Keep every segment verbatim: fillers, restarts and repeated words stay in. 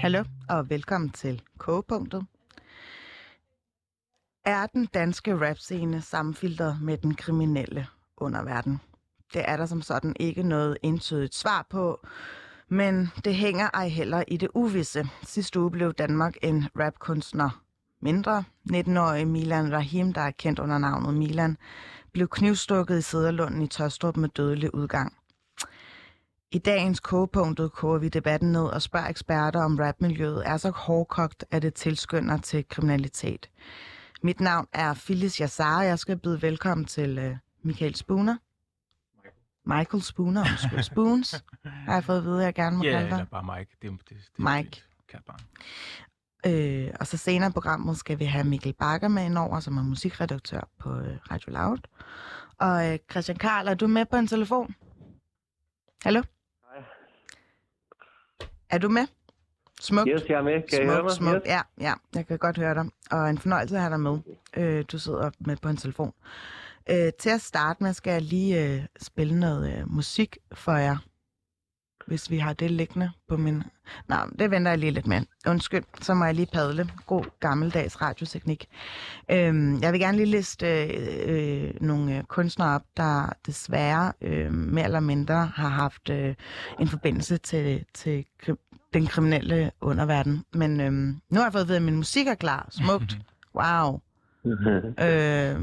Hallo og velkommen til Kogepunktet. Er den danske rapscene sammenfiltret med den kriminelle underverden? Det er der som sådan ikke noget entydigt svar på, men det hænger ej heller i det uvisse. Sidste uge blev Danmark en rapkunstner mindre. nitten-årige Milan Rahim, der er kendt under navnet Milan, blev knivstukket i Sæderlunden i Taastrup med dødelig udgang. I dagens Kogepunktet koger vi debatten ned og spørger eksperter, om rapmiljøet er så hårdkogt, at det tilskynder til kriminalitet. Mit navn er Phyllis Yassar, og jeg skal byde velkommen til uh, Michael Spooner. Michael, Michael Spooner, undskyld, Spoons. Har jeg fået at vide, at jeg gerne må ja, kalde dig? Ja, eller bare Mike. Det, det, det, Mike. Øh, og så senere i programmet skal vi have Mikkel Bakker med indover, som er musikredaktør på uh, Radio Loud. Og uh, Christian Karl, er du med på en telefon? Hallo? Hej. Er du med? Smukt. Yes, jeg er med. Kan Smuk, I høre mig? smuk. Yes. Ja, ja, jeg kan godt høre dig. Og en fornøjelse at have dig med. Øh, du sidder med på en telefon. Øh, til at starte med skal jeg lige øh, spille noget øh, musik for jer. Hvis vi har det liggende på min... Nå, det venter jeg lige lidt med. Undskyld, så må jeg lige padle. God gammeldags radioteknik. Øh, jeg vil gerne lige liste øh, øh, nogle øh, kunstnere op, der desværre øh, mere eller mindre har haft øh, en forbindelse til, til den kriminelle underverden. Men øh, nu har jeg fået at vide, at min musik er klar. Smukt. Wow. øh,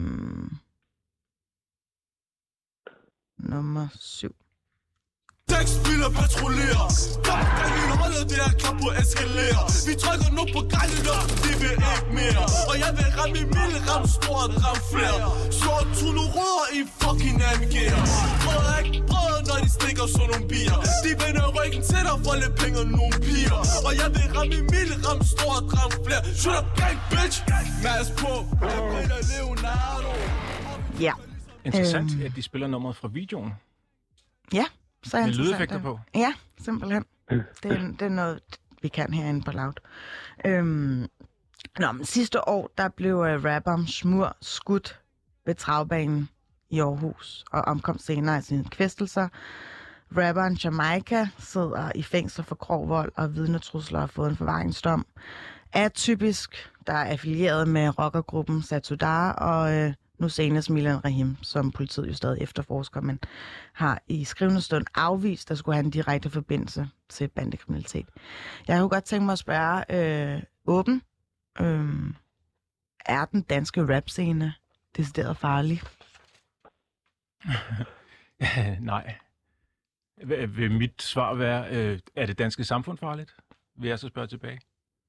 nummer syv. Dæksbiler patruljerer. Dobbelt gang i holdet, det er klar på at eskalere. Vi trykker nu på gangen op, det vil ikke mere. Og jeg vil ramme i mild, ram stort, ram flere. Sort tuno rødder i fucking A M G'er. Brødre er ikke brødre, når de stikker sådan nogle bier. De vender ryggen til dig for lidt penge og nogle piger. Og jeg vil ramme i mild, ram stort, ram flere. Shoot up gang, bitch. Mads på, jeg brænder Leonardo. Ja. Interessant, øhm. at de spiller nummeret fra videoen. Ja. Så med lydeffekter på? Ja, simpelthen. Det er, det er noget, vi kan herinde på Loud. Øhm, nå, men sidste år, der blev uh, rapperen Smur skudt ved travbanen i Aarhus og omkom senere af sine kvæstelser. Rapperen Jamaica sidder i fængsel for grov vold og vidnetrusler og har fået en forvaringsdom. Atypisk, der er affilieret med rockergruppen Satudar og... Øh, Nu senest Milan Rahim, som politiet jo stadig efterforsker, men har i skrivende stund afvist, at skulle have en direkte forbindelse til bandekriminalitet. Jeg kunne godt tænke mig at spørge øh, åben, øh, er den danske rapscene decideret farlig? Nej. Vil mit svar være, øh, er det danske samfund farligt? Vil jeg så spørge tilbage?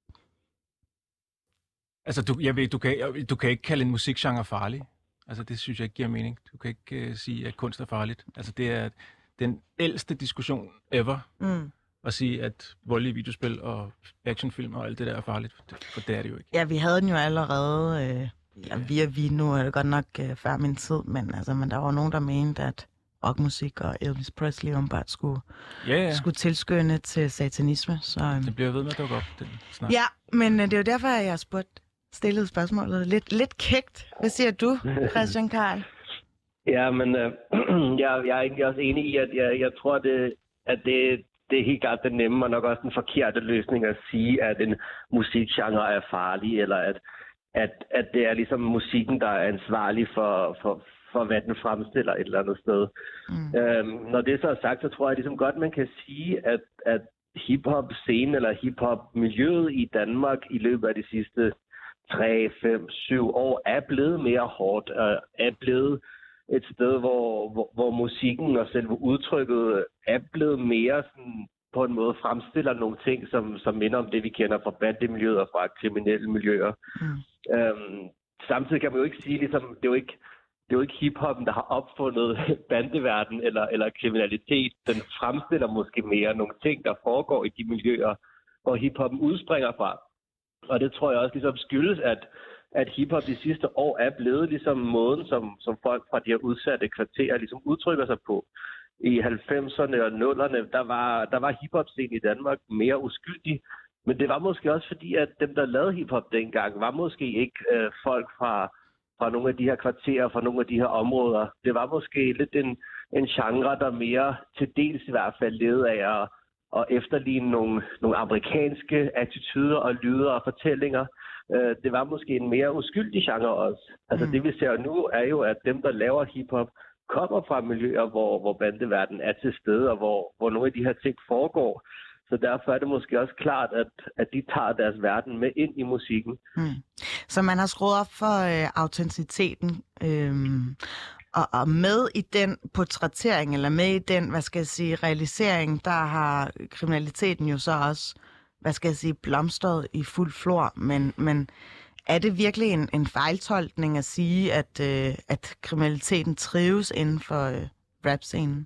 Altså, du, jeg ved, du, kan, du kan ikke kalde en musikgenre farlig. Altså, det synes jeg ikke giver mening. Du kan ikke uh, sige, at kunst er farligt. Altså, det er den ældste diskussion ever. Mm. At sige, at voldelige videospil og actionfilm og alt det der er farligt. For det er det jo ikke. Ja, vi havde den jo allerede. Øh, ja, vi er vi nu er det godt nok øh, før min tid, men, altså, men der var nogen, der mente, at rockmusik og Elvis Presley ombart skulle, ja, ja. skulle tilskynde til satanisme. Så, øh. Det bliver ved med at dukke op, den snak. Ja, men øh, det er jo derfor, at jeg har spurgt stillede spørgsmålet lidt, lidt kægt. Hvad siger du, Christian Karl? Ja, men øh, jeg, jeg er egentlig også enig i, at jeg, jeg tror, det, at det, det er helt klart den nemme og nok også den forkerte løsning at sige, at en musikgenre er farlig, eller at, at, at det er ligesom musikken, der er ansvarlig for, for, for hvad den fremstiller et eller andet sted. Mm. Øhm, når det så er sagt, så tror jeg ligesom godt, man kan sige, at, at hip-hop-scenen eller hip-hop-miljøet i Danmark i løbet af de sidste tre, fem, syv år er blevet mere hårdt, og er blevet et sted, hvor, hvor, hvor musikken og selve udtrykket er blevet mere sådan, på en måde fremstiller nogle ting, som, som minder om det, vi kender fra bandemiljøet og fra kriminelle miljøer. Mm. Øhm, samtidig kan man jo ikke sige, ligesom, det er jo ikke, det er jo ikke hiphoppen, der har opfundet bandeverden eller, eller kriminalitet. Den fremstiller måske mere nogle ting, der foregår i de miljøer, hvor hiphoppen udspringer fra. Og det tror jeg også ligesom skyldes, at, at hiphop de sidste år er blevet ligesom måden, som, som folk fra de her udsatte kvarterer ligesom udtrykker sig på. I halvfemserne og nullerne, der var, der var hiphop-scenen i Danmark mere uskyldig. Men det var måske også fordi, at dem, der lavede hiphop dengang, var måske ikke øh, folk fra, fra nogle af de her kvarterer, fra nogle af de her områder. Det var måske lidt en, en genre, der mere til dels i hvert fald levede af at at efterligne nogle, nogle amerikanske attityder og lyder og fortællinger. Øh, det var måske en mere uskyldig genre også. Altså mm. det vi ser nu er jo, at dem, der laver hiphop, kommer fra miljøer, hvor, hvor bandeverdenen er til stede, og hvor, hvor nogle af de her ting foregår. Så derfor er det måske også klart, at, at de tager deres verden med ind i musikken. Mm. Så man har skruet op for øh, autenticiteten, øhm, og, og med i den portrættering, eller med i den, hvad skal jeg sige, realisering, der har kriminaliteten jo så også, hvad skal jeg sige, blomstret i fuld flor. Men, men er det virkelig en, en fejltolkning at sige, at, øh, at kriminaliteten trives inden for øh, rap-scenen?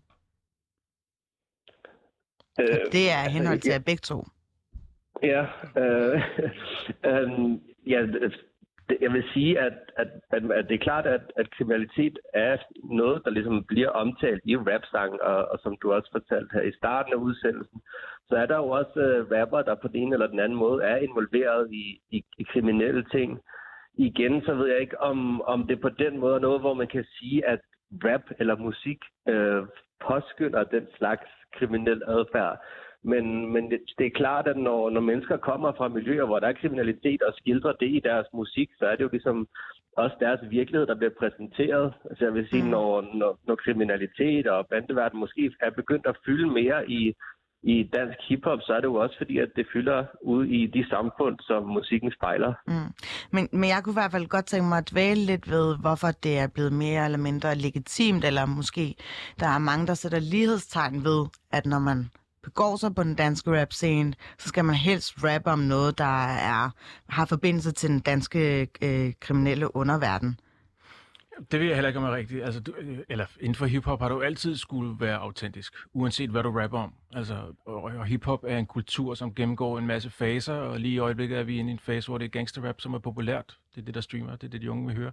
Øh, det er henhold til ja, jer begge to. Ja, øh, øh, ja det, jeg vil sige, at, at, at, at det er klart, at, at kriminalitet er noget, der ligesom bliver omtalt i rap-sang, og, og som du også fortalte her i starten af udsendelsen, så er der jo også uh, rapper, der på den ene eller den anden måde er involveret i, i, i kriminelle ting. Igen, så ved jeg ikke, om, om det på den måde er noget, hvor man kan sige, at rap eller musik øh, påskynder den slags kriminel adfærd. Men, men det, det er klart, at når, når mennesker kommer fra miljøer, hvor der er kriminalitet og skildrer det i deres musik, så er det jo ligesom også deres virkelighed, der bliver præsenteret. Altså jeg vil sige, mm. når, når, når kriminalitet og bandeverden måske er begyndt at fylde mere i, i dansk hiphop, så er det jo også fordi, at det fylder ud i de samfund, som musikken spejler. Mm. Men, men jeg kunne i hvert fald godt tænke mig at dvæle lidt ved, hvorfor det er blevet mere eller mindre legitimt, eller måske der er mange, der sætter lighedstegn ved, at når man begår sig på den danske rap-scene, så skal man helst rappe om noget, der er, har forbindelse til den danske øh, kriminelle underverden. Det ved jeg heller ikke, om er rigtigt. Altså, du, eller inden for hiphop har du altid skulle være autentisk, uanset hvad du rapper om. Altså, og, og hiphop er en kultur, som gennemgår en masse faser, og lige i øjeblikket er vi inde i en fase, hvor det er gangsterrap, som er populært. Det er det, der streamer, det er det, de unge vil høre.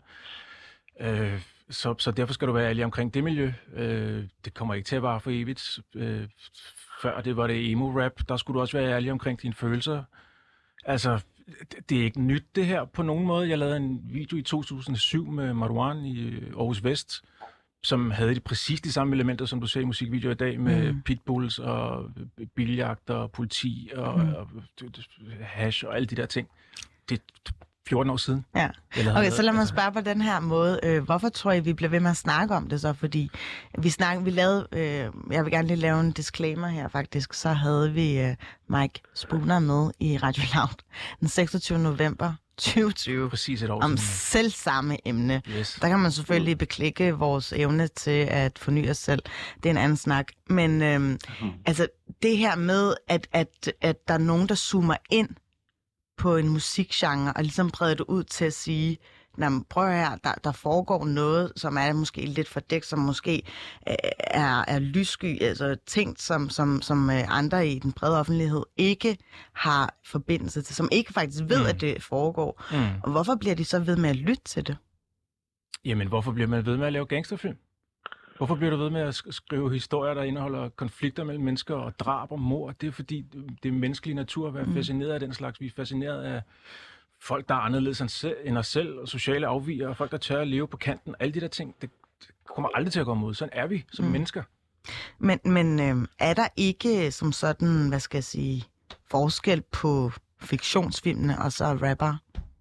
Øh, så, så derfor skal du være ærlig omkring det miljø. Øh, det kommer ikke til at vare for evigt. Øh, før det var det emo-rap, der skulle du også være ærlig omkring dine følelser. Altså, det, det er ikke nyt det her på nogen måde. Jeg lavede en video i to tusind og syv med Marwan i Aarhus Vest, som havde de præcis de samme elementer, som du ser i musikvideoer i dag, med mm. pitbulls og biljagter og politi og, mm. og, og hash og alle de der ting. Det fjorten år siden. Ja. Okay, så lad mig spørge på den her måde. Øh, hvorfor tror I, vi bliver ved med at snakke om det så? Fordi vi snakkede, vi lavede, øh, jeg vil gerne lige lave en disclaimer her faktisk, så havde vi øh, Mike Spooner med i Radio Loud den seksogtyvende november tyve tyve. Præcis et år om selv samme emne. Yes. Der kan man selvfølgelig beklikke vores evne til at forny os selv. Det er en anden snak. Men øh, mm. altså det her med, at, at, at der er nogen, der zoomer ind på en musikgenre, og ligesom breder det ud til at sige, prøv her, der, der foregår noget, som er måske lidt fordækt, som måske øh, er, er lyssky, altså ting, som, som, som andre i den brede offentlighed ikke har forbindelse til, som ikke faktisk ved, mm. at det foregår. Mm. Og hvorfor bliver de så ved med at lytte til det? Jamen, hvorfor bliver man ved med at lave gangsterfilm? Hvorfor bliver du ved med at skrive historier, der indeholder konflikter mellem mennesker og drab og mord? Det er fordi, det er menneskelig natur at være mm. fascineret af den slags. Vi er fascineret af folk, der er anderledes end os selv, og sociale afviger, og folk, der tør at leve på kanten. Alle de der ting, det kommer aldrig til at komme ud. Sådan er vi som mm. mennesker. Men, men øh, er der ikke som sådan, hvad skal jeg sige, forskel på fiktionsfilmene og så rapper?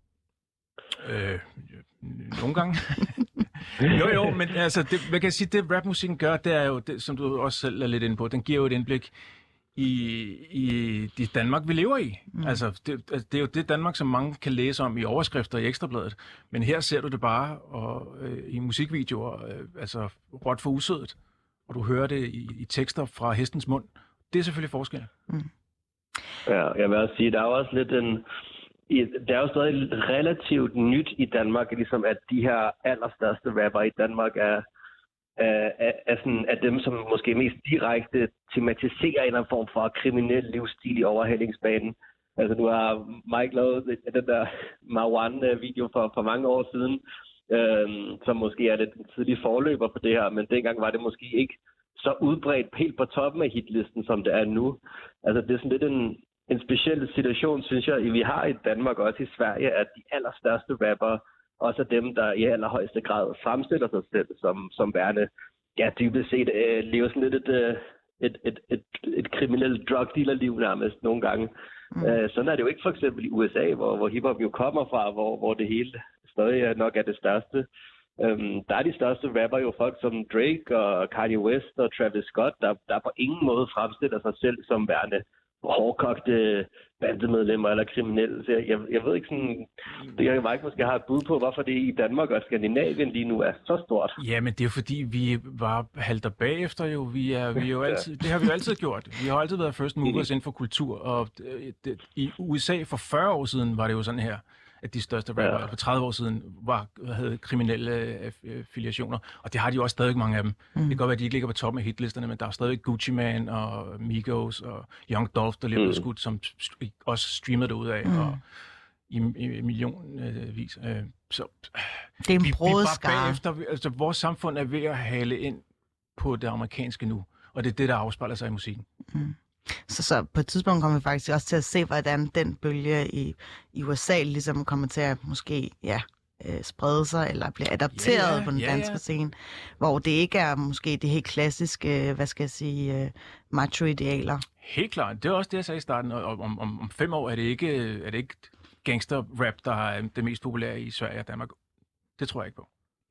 Øh, nogle gange. jo, jo, men altså, det, hvad kan jeg sige, det rapmusikken gør, det er jo, det, som du også selv er lidt inde på, den giver jo et indblik i, i det Danmark, vi lever i. Mm. Altså, det, det er jo det Danmark, som mange kan læse om i overskrifter i Ekstrabladet. Men her ser du det bare og, øh, i musikvideoer, øh, altså råt for usødet. Og du hører det i, i tekster fra hestens mund. Det er selvfølgelig forskel. Mm. Ja, jeg vil også sige, der er også lidt en... Det er jo stadig relativt nyt i Danmark, ligesom at de her allerstørste rapper i Danmark er, er, er, er, sådan, er dem, som måske mest direkte tematiserer en eller anden form for kriminel livsstil i overhældingsbanen. Altså nu har Mike lavet den der Marwan-video for, for mange år siden, øh, som måske er lidt en tidlig forløber på det her, men dengang var det måske ikke så udbredt helt på toppen af hitlisten, som det er nu. Altså det er sådan lidt en... En speciel situation, synes jeg, vi har i Danmark og også i Sverige, at de allerstørste rappere også er dem, der i allerhøjeste grad fremstiller sig selv som, som værende, ja, dybest set øh, lever sådan lidt et, et, et, et, et kriminelt drug dealer-liv nærmest nogle gange. Mm. Øh, sådan er det jo ikke for eksempel i U S A, hvor, hvor hiphop jo kommer fra, hvor, hvor det hele stadig nok er det største. Øhm, der er de største rapper jo folk som Drake og Kanye West og Travis Scott, der, der på ingen måde fremstiller sig selv som værende hårdkogte bandemedlemmer eller kriminelle. Så jeg, jeg ved ikke sådan, det jeg ikke måske har et bud på, hvorfor det i Danmark og Skandinavien lige nu er så stort. Ja, men det er jo fordi, vi bare halter bagefter jo. Vi er, vi er jo altid, det har vi jo altid gjort. Vi har altid været first movers inden for kultur, og det, det, i U S A for fyrre år siden var det jo sådan her, at de største rapper ja. for tredive år siden var, havde kriminelle affiliationer, og det har de jo også stadig mange af dem. Mm. Det kan godt være, at de ikke ligger på toppen af hitlisterne, men der er stadig Gucci Mane og Migos og Young Dolph, der lige er blevet mm. skudt, som også streamer derude af, mm. og i, i millionvis. Så det er en vi, vi bare bagefter, altså vores samfund er ved at hale ind på det amerikanske nu, og det er det, der afspejler sig i musikken. Mm. Så, så på et tidspunkt kommer vi faktisk også til at se, hvordan den bølge i, i U S A ligesom kommer til at måske ja, øh, sprede sig eller blive adapteret yeah, på den yeah, danske yeah. scene, hvor det ikke er måske det helt klassiske, hvad skal jeg sige, øh, macho-idealer. Helt klart. Det er også det, jeg sagde i starten. Om, om, om fem år er det ikke, er det ikke gangster-rap, der er det mest populære i Sverige og Danmark. Det tror jeg ikke på.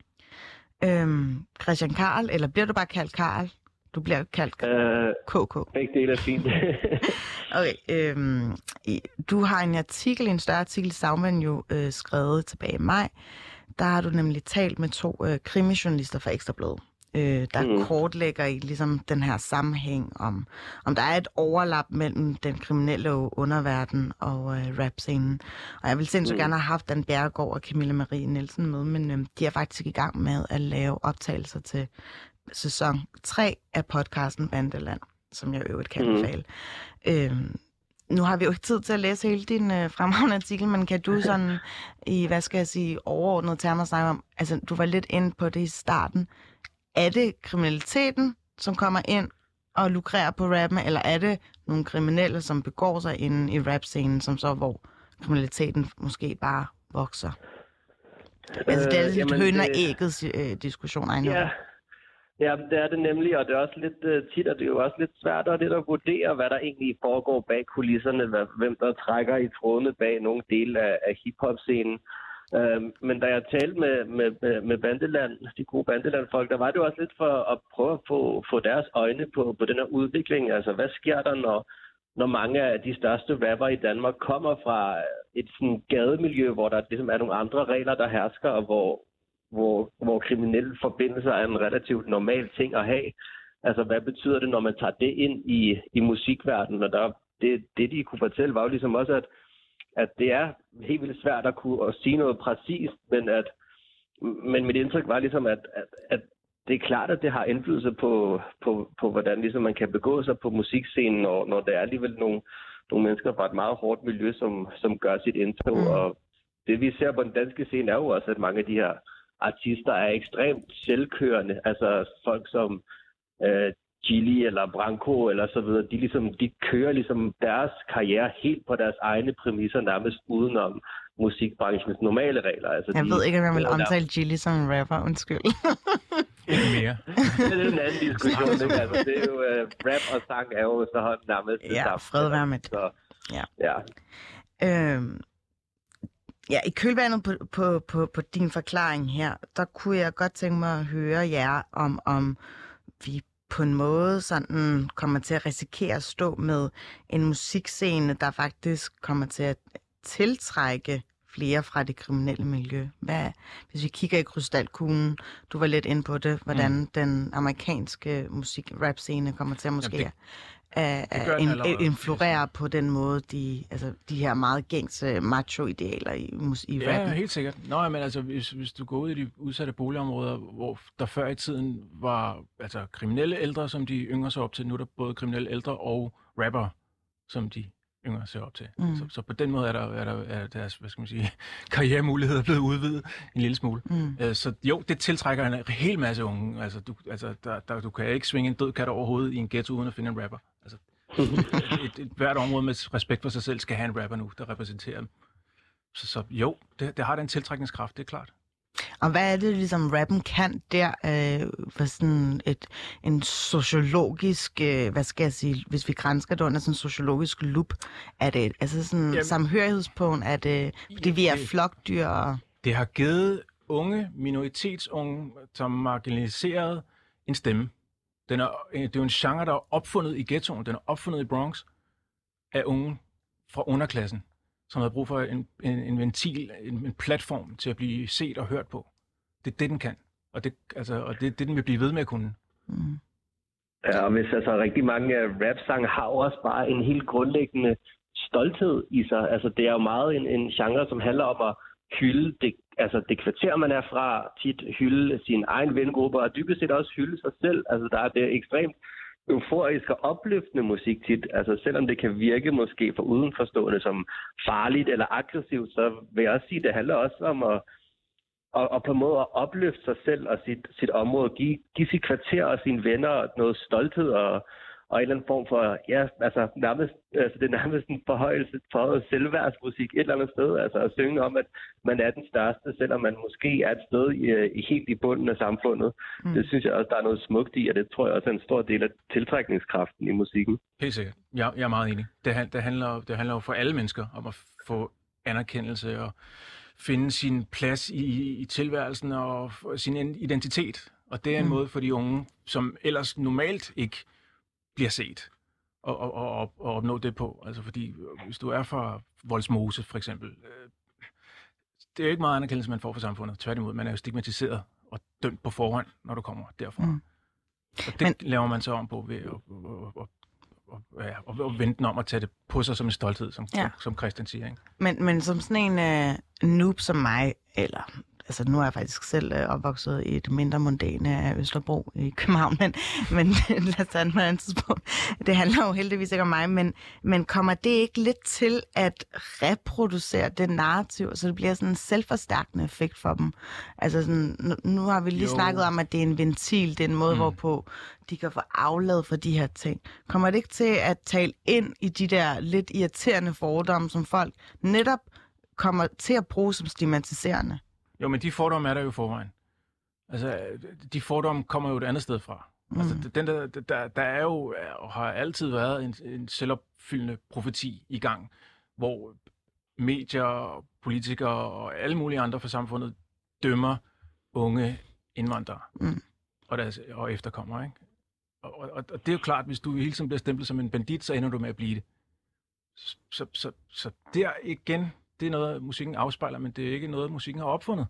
Øhm, Christian Karl, eller bliver du bare kaldt Karl? Du bliver kaldt øh, K K. Begge dele er fint. Okay, øhm, du har en artikel, en større artikel, Savmand jo øh, skrevet tilbage i maj. Der har du nemlig talt med to øh, krimijournalister fra Ekstra Bladet, øh, der mm. kortlægger i ligesom den her sammenhæng, om, om der er et overlap mellem den kriminelle underverden og øh, rapscenen. Og jeg vil sindssygt mm. gerne have haft Dan Bjerregaard og Camilla Marie Nielsen med, men øh, de er faktisk i gang med at lave optagelser til sæson tre af podcasten Bandeland, som jeg øvrigt kan anbefale. Mm. Øhm, nu har vi jo ikke tid til at læse hele din øh, fremragende artikel, men kan du sådan i, hvad skal jeg sige, overordnet termer snakke om, altså du var lidt inde på det i starten, er det kriminaliteten, som kommer ind og lukrerer på rappen, eller er det nogle kriminelle, som begår sig inde i rapscenen, som så, hvor kriminaliteten måske bare vokser? Øh, altså det er lidt øh, høn og ægget øh, diskussion, ej nu. Ja. Ja, det er det nemlig, og det er også lidt uh, tit, og det er jo også lidt svært at, lidt at vurdere, hvad der egentlig foregår bag kulisserne, hvad, hvem der trækker i trådene bag nogle dele af, af hiphop-scenen. Uh, men da jeg talte med, med, med, med Bandeland, de gode Bandeland-folk, der var det jo også lidt for at prøve at få, få deres øjne på, på den her udvikling. Altså, hvad sker der, når, når mange af de største rapper i Danmark kommer fra et sådan gademiljø, hvor der ligesom er nogle andre regler, der hersker, og hvor Hvor, hvor kriminelle forbindelser er en relativt normal ting at have. Altså, hvad betyder det, når man tager det ind i, i musikverdenen? Og der, det, det, de kunne fortælle, var jo ligesom også, at, at det er helt vildt svært at kunne at sige noget præcist, men, at, men mit indtryk var ligesom, at, at, at det er klart, at det har indflydelse på, på, på hvordan ligesom man kan begå sig på musikscenen, når, når der er alligevel nogle, nogle mennesker fra et meget hårdt miljø, som, som gør sit indtog. Mm. Og det, vi ser på den danske scene, er jo også, at mange af de her artister er ekstremt selvkørende, altså folk som øh, Gilly eller Branko eller så videre, de, ligesom, de kører ligesom deres karriere helt på deres egne præmisser, nærmest udenom musikbranchens normale regler. Altså, jeg de, ved ikke, om jeg vil omtale Gilly som en rapper, undskyld. Ikke mere. Det er en anden diskussion, ikke? Altså, det er jo, uh, rap og sang er jo så hånd nærmest det ja, samme. Fred være med det. Så, ja. ja. Øhm. Ja, i kølvandet på, på, på, på din forklaring her, der kunne jeg godt tænke mig at høre jer om, om vi på en måde sådan kommer til at risikere at stå med en musikscene, der faktisk kommer til at tiltrække flere fra det kriminelle miljø. Hvad, hvis vi kigger i krystalkuglen, du var lidt inde på det, hvordan mm. den amerikanske musik-rap-scene kommer til at måske ja, det, at, at in, influere på den måde, de, altså, de her meget gængse macho-idealer i, i ja, rappen. Ja, helt sikkert. Nå, men altså, hvis, hvis du går ud i de udsatte boligområder, hvor der før i tiden var altså, kriminelle ældre, som de yngre så op til, nu er der både kriminelle ældre og rapper, som de yngre ser op til. Mm. Så, så på den måde er der, er der er deres, hvad skal man sige, karrieremuligheder blevet udvidet en lille smule. Mm. Uh, så jo, det tiltrækker en hel masse unge. Altså, du, altså der, der, du kan ikke svinge en død kat overhovedet i en ghetto uden at finde en rapper. Altså, et, et, hvert område med respekt for sig selv skal have en rapper nu, der repræsenterer dem. Så, så jo, det, det har den tiltrækningskraft, det er klart. Og hvad er det, ligesom rappen kan der øh, for sådan et, en sociologisk, øh, hvad skal jeg sige, hvis vi gransker det under sådan en sociologisk loop, er det altså sådan en samhørighedspunkt, er det, fordi vi er flokdyr? Og... Det har givet unge, minoritetsunge, som marginaliseret en stemme. Den er, det er jo en genre, der er opfundet i ghettoen, den er opfundet i Bronx af unge fra underklassen, som har brug for en, en, en ventil, en, en platform til at blive set og hørt på. Det er det, den kan. Og det, altså, og det, det den vil blive ved med at kunne. Mm. Ja, og hvis altså rigtig mange rap-sange har også bare en helt grundlæggende stolthed i sig. Altså, det er jo meget en, en genre, som handler om at hylde det, altså det kvarter, man er fra, tit hylde sin egen vengruppe, og dybest set også hylde sig selv. Altså, der er det ekstremt euforisk og opløftende musik tit. Altså, selvom det kan virke måske for udenforstående som farligt eller aggressivt, så vil jeg også sige, at det handler også om at Og, og på en måde at opløfte sig selv og sit, sit område, give, give sit kvarter og sine venner noget stolthed og, og en eller anden form for, ja, altså nærmest, altså det er nærmest en forhøjelse, forhøjet selvværdsmusik et eller andet sted, altså at synge om, at man er den største, selvom man måske er et sted i, i helt i bunden af samfundet. Mm. Det synes jeg også, der er noget smukt i, og det tror jeg også er en stor del af tiltrækningskraften i musikken. Helt sikkert. Jeg, jeg er meget enig. Det, det, handler, det handler jo for alle mennesker om at få anerkendelse og finde sin plads i, i tilværelsen og sin identitet. Og det er en mm. måde for de unge, som ellers normalt ikke bliver set, og, og, og, og opnå det på. Altså fordi, hvis du er fra Vollsmose for eksempel, øh, det er jo ikke meget anerkendelse, man får fra samfundet. Tværtimod, man er jo stigmatiseret og dømt på forhånd, når du kommer derfra. Mm. Og det Men... laver man så om på ved at, at, at, Og, ja, og, og vente om at tage det på sig som en stolthed, som, ja. som Christian siger. Ikke? Men, men som sådan en uh, noob som mig, eller altså nu er jeg faktisk selv uh, opvokset i et mindre mondæne af Østerbro i København, men, men lad os tage den på et andet tidspunkt. Det handler jo heldigvis ikke om mig, men, men kommer det ikke lidt til at reproducere det narrativ, så det bliver sådan en selvforstærkende effekt for dem? Altså sådan, nu, nu har vi lige jo. snakket om, at det er en ventil, det er en måde, mm. hvorpå de kan få aflad for de her ting. Kommer det ikke til at tale ind i de der lidt irriterende fordomme, som folk netop kommer til at bruge som stigmatiserende? Jo, men de fordomme er der jo i forvejen. Altså, de fordomme kommer jo et andet sted fra. Mm. Altså, den der, der, der er jo, og har altid været en, en selvopfyldende profeti i gang, hvor medier, politikere og alle mulige andre fra samfundet dømmer unge indvandrere mm. og, deres, og efterkommere, ikke? Og, og, og det er jo klart, hvis du hele tiden bliver stemplet som en bandit, så ender du med at blive det. Så, så, så, så der igen, det er noget, musikken afspejler, men det er ikke noget, musikken har opfundet.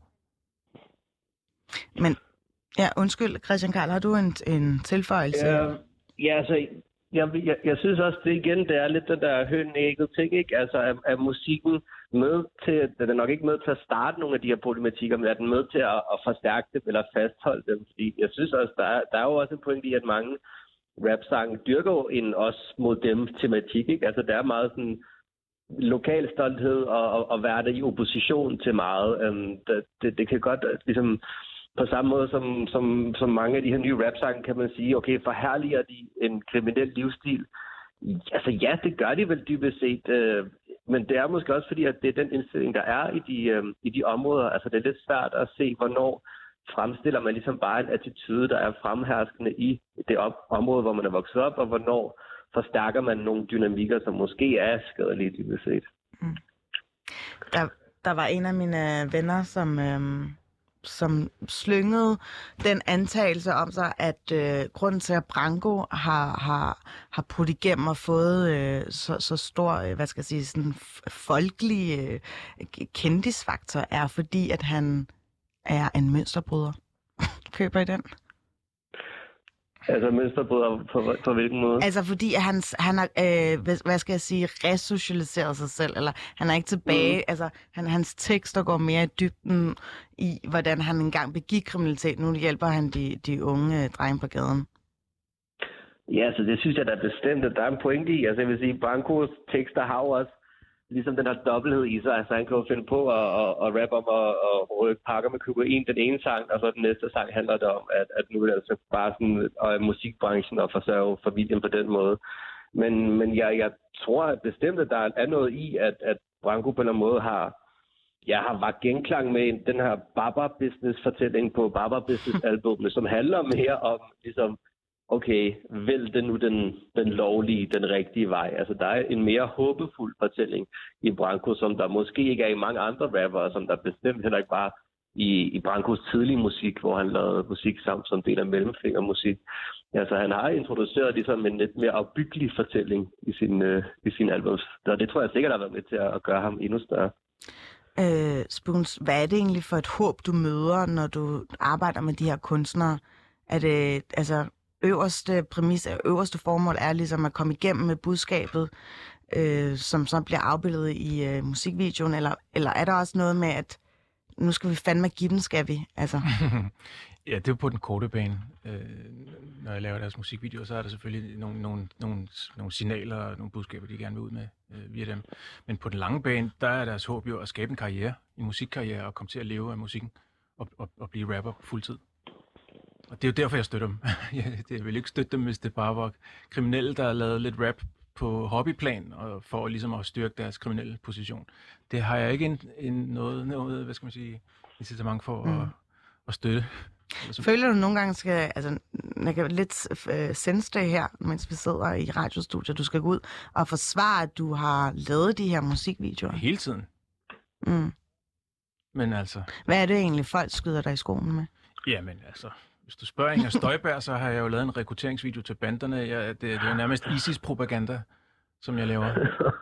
Men, ja, undskyld, Christian Karl, har du en, en tilføjelse? Ja, ja altså, jeg, jeg, jeg synes også, det igen, det er lidt den der høn-ægget ting, ikke? Altså, er, er musikken med til, den er nok ikke med til at starte nogle af de her problematikker, men er den med til at, at forstærke dem eller fastholde dem? Fordi jeg synes også, der er, der er jo også en point i, at mange rap-sange dyrker jo en også mod dem tematik, ikke? Altså, der er meget sådan lokal stolthed og, og, og være der i opposition til meget. Um, det, det, det kan godt, ligesom på samme måde som, som, som mange af de her nye rap-sange, kan man sige, okay, forherliger de en kriminel livsstil? Altså ja, det gør de vel dybest set, øh, men det er måske også fordi, at det er den indstilling, der er i de, øh, i de områder. Altså det er lidt svært at se, hvornår fremstiller man ligesom bare en attitude, der er fremherskende i det op- område, hvor man er vokset op, og hvornår forstærker man nogle dynamikker, som måske er skadelige dybest set. Mm. Der, der var en af mine venner, som... Øh... som slyngede den antagelse om sig, at øh, grunden til, at Branko har, har, har brudt igennem og fået øh, så, så stor, øh, hvad skal jeg sige, sådan folkelig øh, kendisfaktor, er fordi, at han er en mønsterbryder. Køber I den? Altså mønsterbryder på, på hvilken måde? Altså fordi han, han har, øh, hvad, hvad skal jeg sige, resocialiseret sig selv, eller han er ikke tilbage, mm. altså han, hans tekster går mere i dybden i, hvordan han engang begik kriminalitet. Nu hjælper han de, de unge øh, drenge på gaden. Ja, så det synes jeg, der er bestemt, at der er en pointe i. Altså jeg vil sige, Brankos tekster har jo også ligesom den her dobbelthed i sig. Altså han kan jo finde på at, at, at rappe om at, at rykke pakker med kokain, den ene sang, og så den næste sang handler det om, at, at nu er det altså bare sådan at musikbranchen og forsørge familien på den måde. Men, men jeg, jeg tror at bestemt, at der er noget i, at, at Branko på en eller anden måde har, jeg har var genklang med den her Baba Business-fortælling på Baba Business-albummet, som handler mere om, ligesom, okay, vælg det nu den, den lovlige, den rigtige vej. Altså, der er en mere håbefuld fortælling i Branko, som der måske ikke er i mange andre rappere, som der bestemt heller ikke bare i, i Brankos tidlige musik, hvor han lavede musik sammen som del af mellemfingermusik. Altså, han har introduceret ligesom en lidt mere opbyggelig fortælling i sin, øh, i sin albums. Og det tror jeg sikkert har været med til at gøre ham endnu større. Øh, Spoons, hvad er det egentlig for et håb, du møder, når du arbejder med de her kunstnere? Er det, altså, øverste præmis, øverste formål er ligesom at komme igennem med budskabet, øh, som så bliver afbildet i øh, musikvideoen, eller, eller er der også noget med, at nu skal vi fandme give den, skal vi? Altså. Ja, det er på den korte bane. Øh, når jeg laver deres musikvideoer, så er der selvfølgelig nogle, nogle, nogle, nogle signaler og nogle budskaber, de gerne vil ud med øh, via dem. Men på den lange bane, der er deres håb jo at skabe en karriere, en musikkarriere, og komme til at leve af musikken og, og, og blive rapper på fuld tid. Og det er jo derfor, jeg støtter dem. Jeg vil ikke støtte dem, hvis det bare var kriminelle, der lavede lidt rap på hobbyplan, og for ligesom at styrke deres kriminelle position. Det har jeg ikke en, en noget, noget, hvad skal man sige, incitament for mm. at, at støtte. Føler du nogle gange skal, altså, jeg kan lidt uh, sense det her, mens vi sidder i radiostudiet, du skal gå ud og forsvare, at du har lavet de her musikvideoer? Hele tiden. Mm. Men altså... Hvad er det egentlig, folk skyder dig i skolen med? Jamen altså... Hvis du spørger Inger Støjberg, så har jeg jo lavet en rekrutteringsvideo til banderne. Jeg, det, det er jo nærmest ISIS-propaganda, som jeg laver.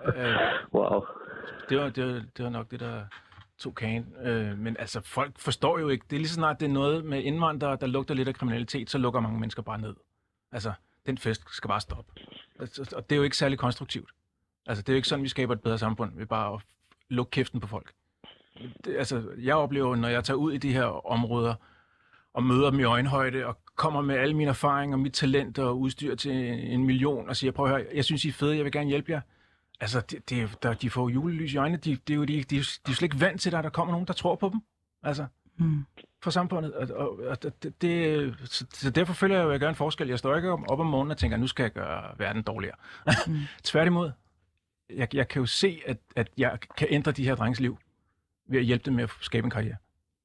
Wow. Det var, det, var, det var nok det, der tog kagen. Men altså, folk forstår jo ikke. Det er lige så snart, det er noget med indvandrere, der lugter lidt af kriminalitet, så lukker mange mennesker bare ned. Altså, den fest skal bare stoppe. Og det er jo ikke særlig konstruktivt. Altså, det er jo ikke sådan, vi skaber et bedre samfund, ved bare at lukke kæften på folk. Det, altså, jeg oplever, når jeg tager ud i de her områder, og møder dem i øjenhøjde, og kommer med alle mine erfaringer, mit talent og udstyr til en million, og siger, prøv at høre, jeg synes, I er fede, jeg vil gerne hjælpe jer. Altså, det, det, der, de får julelys i øjnene, de, de, de, de, de, de er slet ikke vant til, at der kommer nogen, der tror på dem. Altså, mm. for samfundet. Og, og, og det, det, så, så derfor føler jeg jo, at jeg gør en forskel. Jeg står ikke op om morgenen og tænker, nu skal jeg gøre verden dårligere. Mm. Tværtimod. Jeg, jeg kan jo se, at, at jeg kan ændre de her drenges liv, ved at hjælpe dem med at skabe en karriere.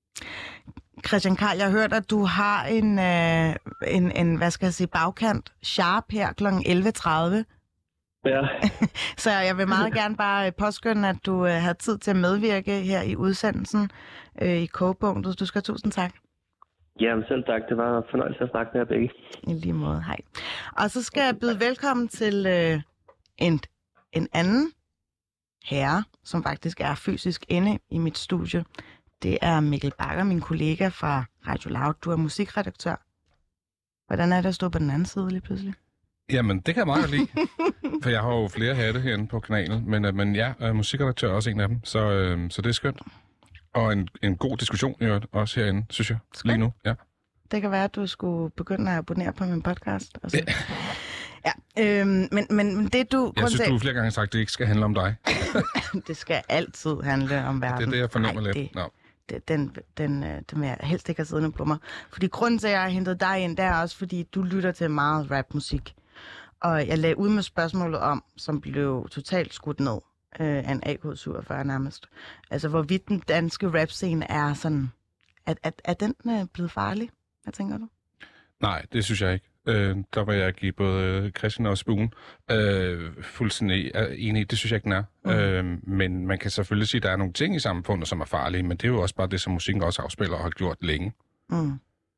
Christian Karl, jeg har hørt, at du har en, øh, en, en hvad skal jeg sige, bagkant sharp her kl. elleve tredive. Ja. Så jeg vil meget gerne bare påskynde, at du øh, har tid til at medvirke her i udsendelsen øh, i Kogepunktet. Du skal have tusind tak. Jamen selv tak. Det var en fornøjelse at snakke med jer begge. I lige måde, hej. Og så skal jeg byde velkommen til øh, en, en anden herre, som faktisk er fysisk inde i mit studie. Det er Mikkel Bagger, min kollega fra Radio Loud. Du er musikredaktør. Hvordan er det at stå på den anden side lige pludselig? Jamen, det kan jeg meget lide. For jeg har jo flere hatte herinde på kanalen. Men, men ja, musikredaktør er også en af dem. Så, øh, så det er skønt. Og en, en god diskussion jo også herinde, synes jeg. Skønt. Lige nu, ja. Det kan være, at du skulle begynde at abonnere på min podcast. Og så. Ja, øhm, men, men det du... Jeg synes, du flere gange har sagt, at det ikke skal handle om dig. Det skal altid handle om verden. Det er det, jeg fornemmer Ej, lidt. Det, det, den, den, den vil jeg helst ikke have siddende på mig. Fordi grunden til, at jeg har hentet dig ind, det er også, fordi du lytter til meget rapmusik. Og jeg lagde ud med spørgsmålet om, som blev totalt skudt ned øh, af en A K syvogfyrre nærmest. Altså, hvorvidt den danske rapscene er sådan... Er, er, er den øh, blevet farlig? Hvad tænker du? Nej, det synes jeg ikke. Øh, der var jeg give både Christian og Spoon øh, fuldstændig enig. Det synes jeg ikke, den er. Mm. Øh, men man kan selvfølgelig sige, at der er nogle ting i samfundet, som er farlige, men det er jo også bare det, som musikken også afspiller og har gjort længe. Mm.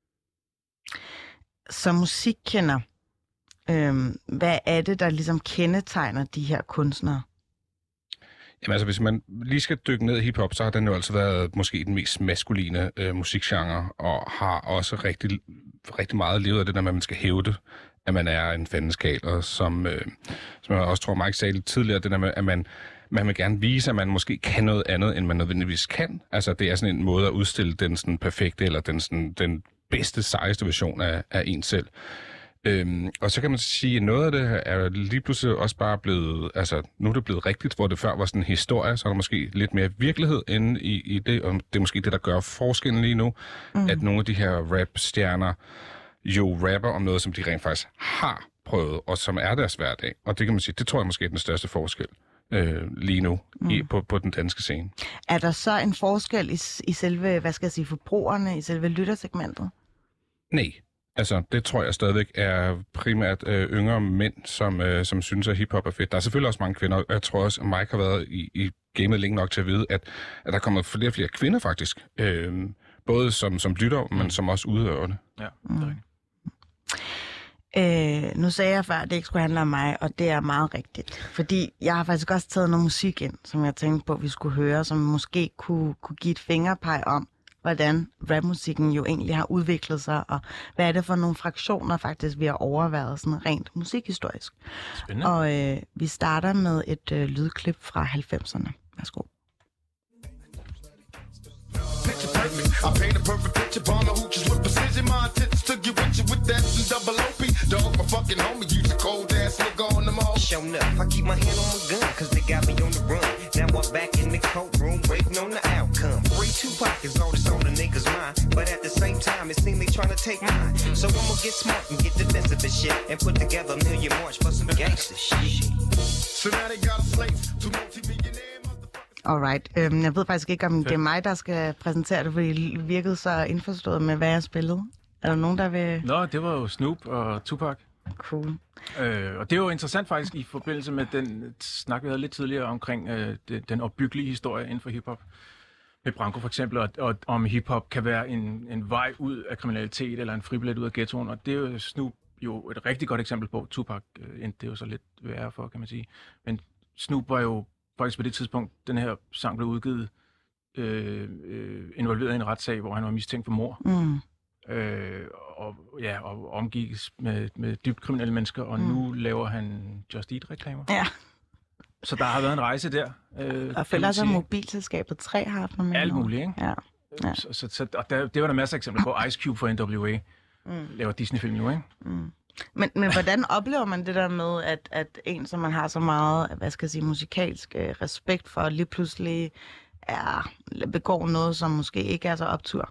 Som musikkender, øh, hvad er det, der ligesom kendetegner de her kunstnere? Jamen altså, hvis man lige skal dykke ned i hiphop, så har den jo altså været måske den mest maskuline øh, musikgenre, og har også rigtig, rigtig meget levet af det der med, at man skal hævde, at man er en fandenskal, og som, øh, som jeg også tror, Mike sagde lidt tidligere, det der med, at man, man vil gerne vise, at man måske kan noget andet, end man nødvendigvis kan. Altså, det er sådan en måde at udstille den sådan perfekte, eller den, sådan, den bedste, sejeste version af, af en selv. Øhm, og så kan man sige, at noget af det er lige pludselig også bare blevet, altså nu er det blevet rigtigt, hvor det før var sådan en historie, så er der måske lidt mere virkelighed inde i, i det, og det er måske det, der gør forskellen lige nu, mm. at nogle af de her rap-stjerner jo rapper om noget, som de rent faktisk har prøvet, og som er deres hverdag. Og det kan man sige, det tror jeg måske er den største forskel. øh, lige nu mm. i, på, på den danske scene. Er der så en forskel i, i selve, hvad skal jeg sige, forbrugerne, i selve lyttersegmentet? Nej. Altså, det tror jeg stadigvæk er primært øh, yngre mænd, som, øh, som synes, at hiphop er fedt. Der er selvfølgelig også mange kvinder, og jeg tror også, at Mike har været i, i gamet længe nok til at vide, at, at der kommer flere og flere kvinder faktisk. Øh, både som, som lytter, mm. men som også udøverne. Ja, det er rigtigt. Øh, nu sagde jeg før, at det ikke skulle handle om mig, og det er meget rigtigt. Fordi jeg har faktisk også taget noget musik ind, som jeg tænkte på, at vi skulle høre, som måske kunne, kunne give et fingerpeg om, hvordan rapmusikken jo egentlig har udviklet sig, og hvad er det for nogle fraktioner faktisk, vi har overvejet sådan rent musikhistorisk. Spændende. Og øh, vi starter med et øh, lydklip fra halvfemserne. Værsgo. I paint a perfect picture, palm the hooches with precision. My intentions to get with you with that double O P. Dog, my fucking homie, use a cold ass nigga on them all. Showing up, I keep my hand on my gun, cause they got me on the run. Now I'm back in the courtroom, waiting on the outcome. Free Tupac is all that's on the niggas' mind, but at the same time, it seems they trying to take mine. So I'ma get smart and get defensive and shit, and put together a million march for some gangster shit. So now they got a slate to multi-millionaire. Alright. Øhm, jeg ved faktisk ikke, om det er mig, der skal præsentere det, fordi det virkede så indforstået med, hvad jeg spillede. Er der nogen, der vil... Nå, det var jo Snoop og Tupac. Cool. Øh, og det er jo interessant faktisk i forbindelse med den snak, vi havde lidt tidligere omkring øh, det, den opbyggelige historie inden for hiphop. Med Branko for eksempel, og, og om hiphop kan være en, en vej ud af kriminalitet eller en fribillet ud af ghettoen. Og det er jo Snoop jo et rigtig godt eksempel på. Tupac øh, endte det jo så lidt værre for, kan man sige. Men Snoop var jo faktisk på det tidspunkt, den her sang blev udgivet, øh, øh, involveret i en retssag, hvor han var mistænkt for mord. Mm. Øh, og, ja, og omgikkes med, med dybt kriminelle mennesker, og mm. nu laver han Just Eat-reklamer. Ja. Så der har været en rejse der. Øh, og føler også, at mobilselskabet tre har haft noget med. Alt muligt, ikke? Ja. Ja. Så, så, så, og der, det var der masser af eksempler på. Ice Cube for N W A mm. laver Disney-film nu, ikke? Mm. Men, men hvordan oplever man det der med, at, at en, som man har så meget, hvad skal jeg sige, musikalsk øh, respekt for, lige pludselig er, begår noget, som måske ikke er så optur?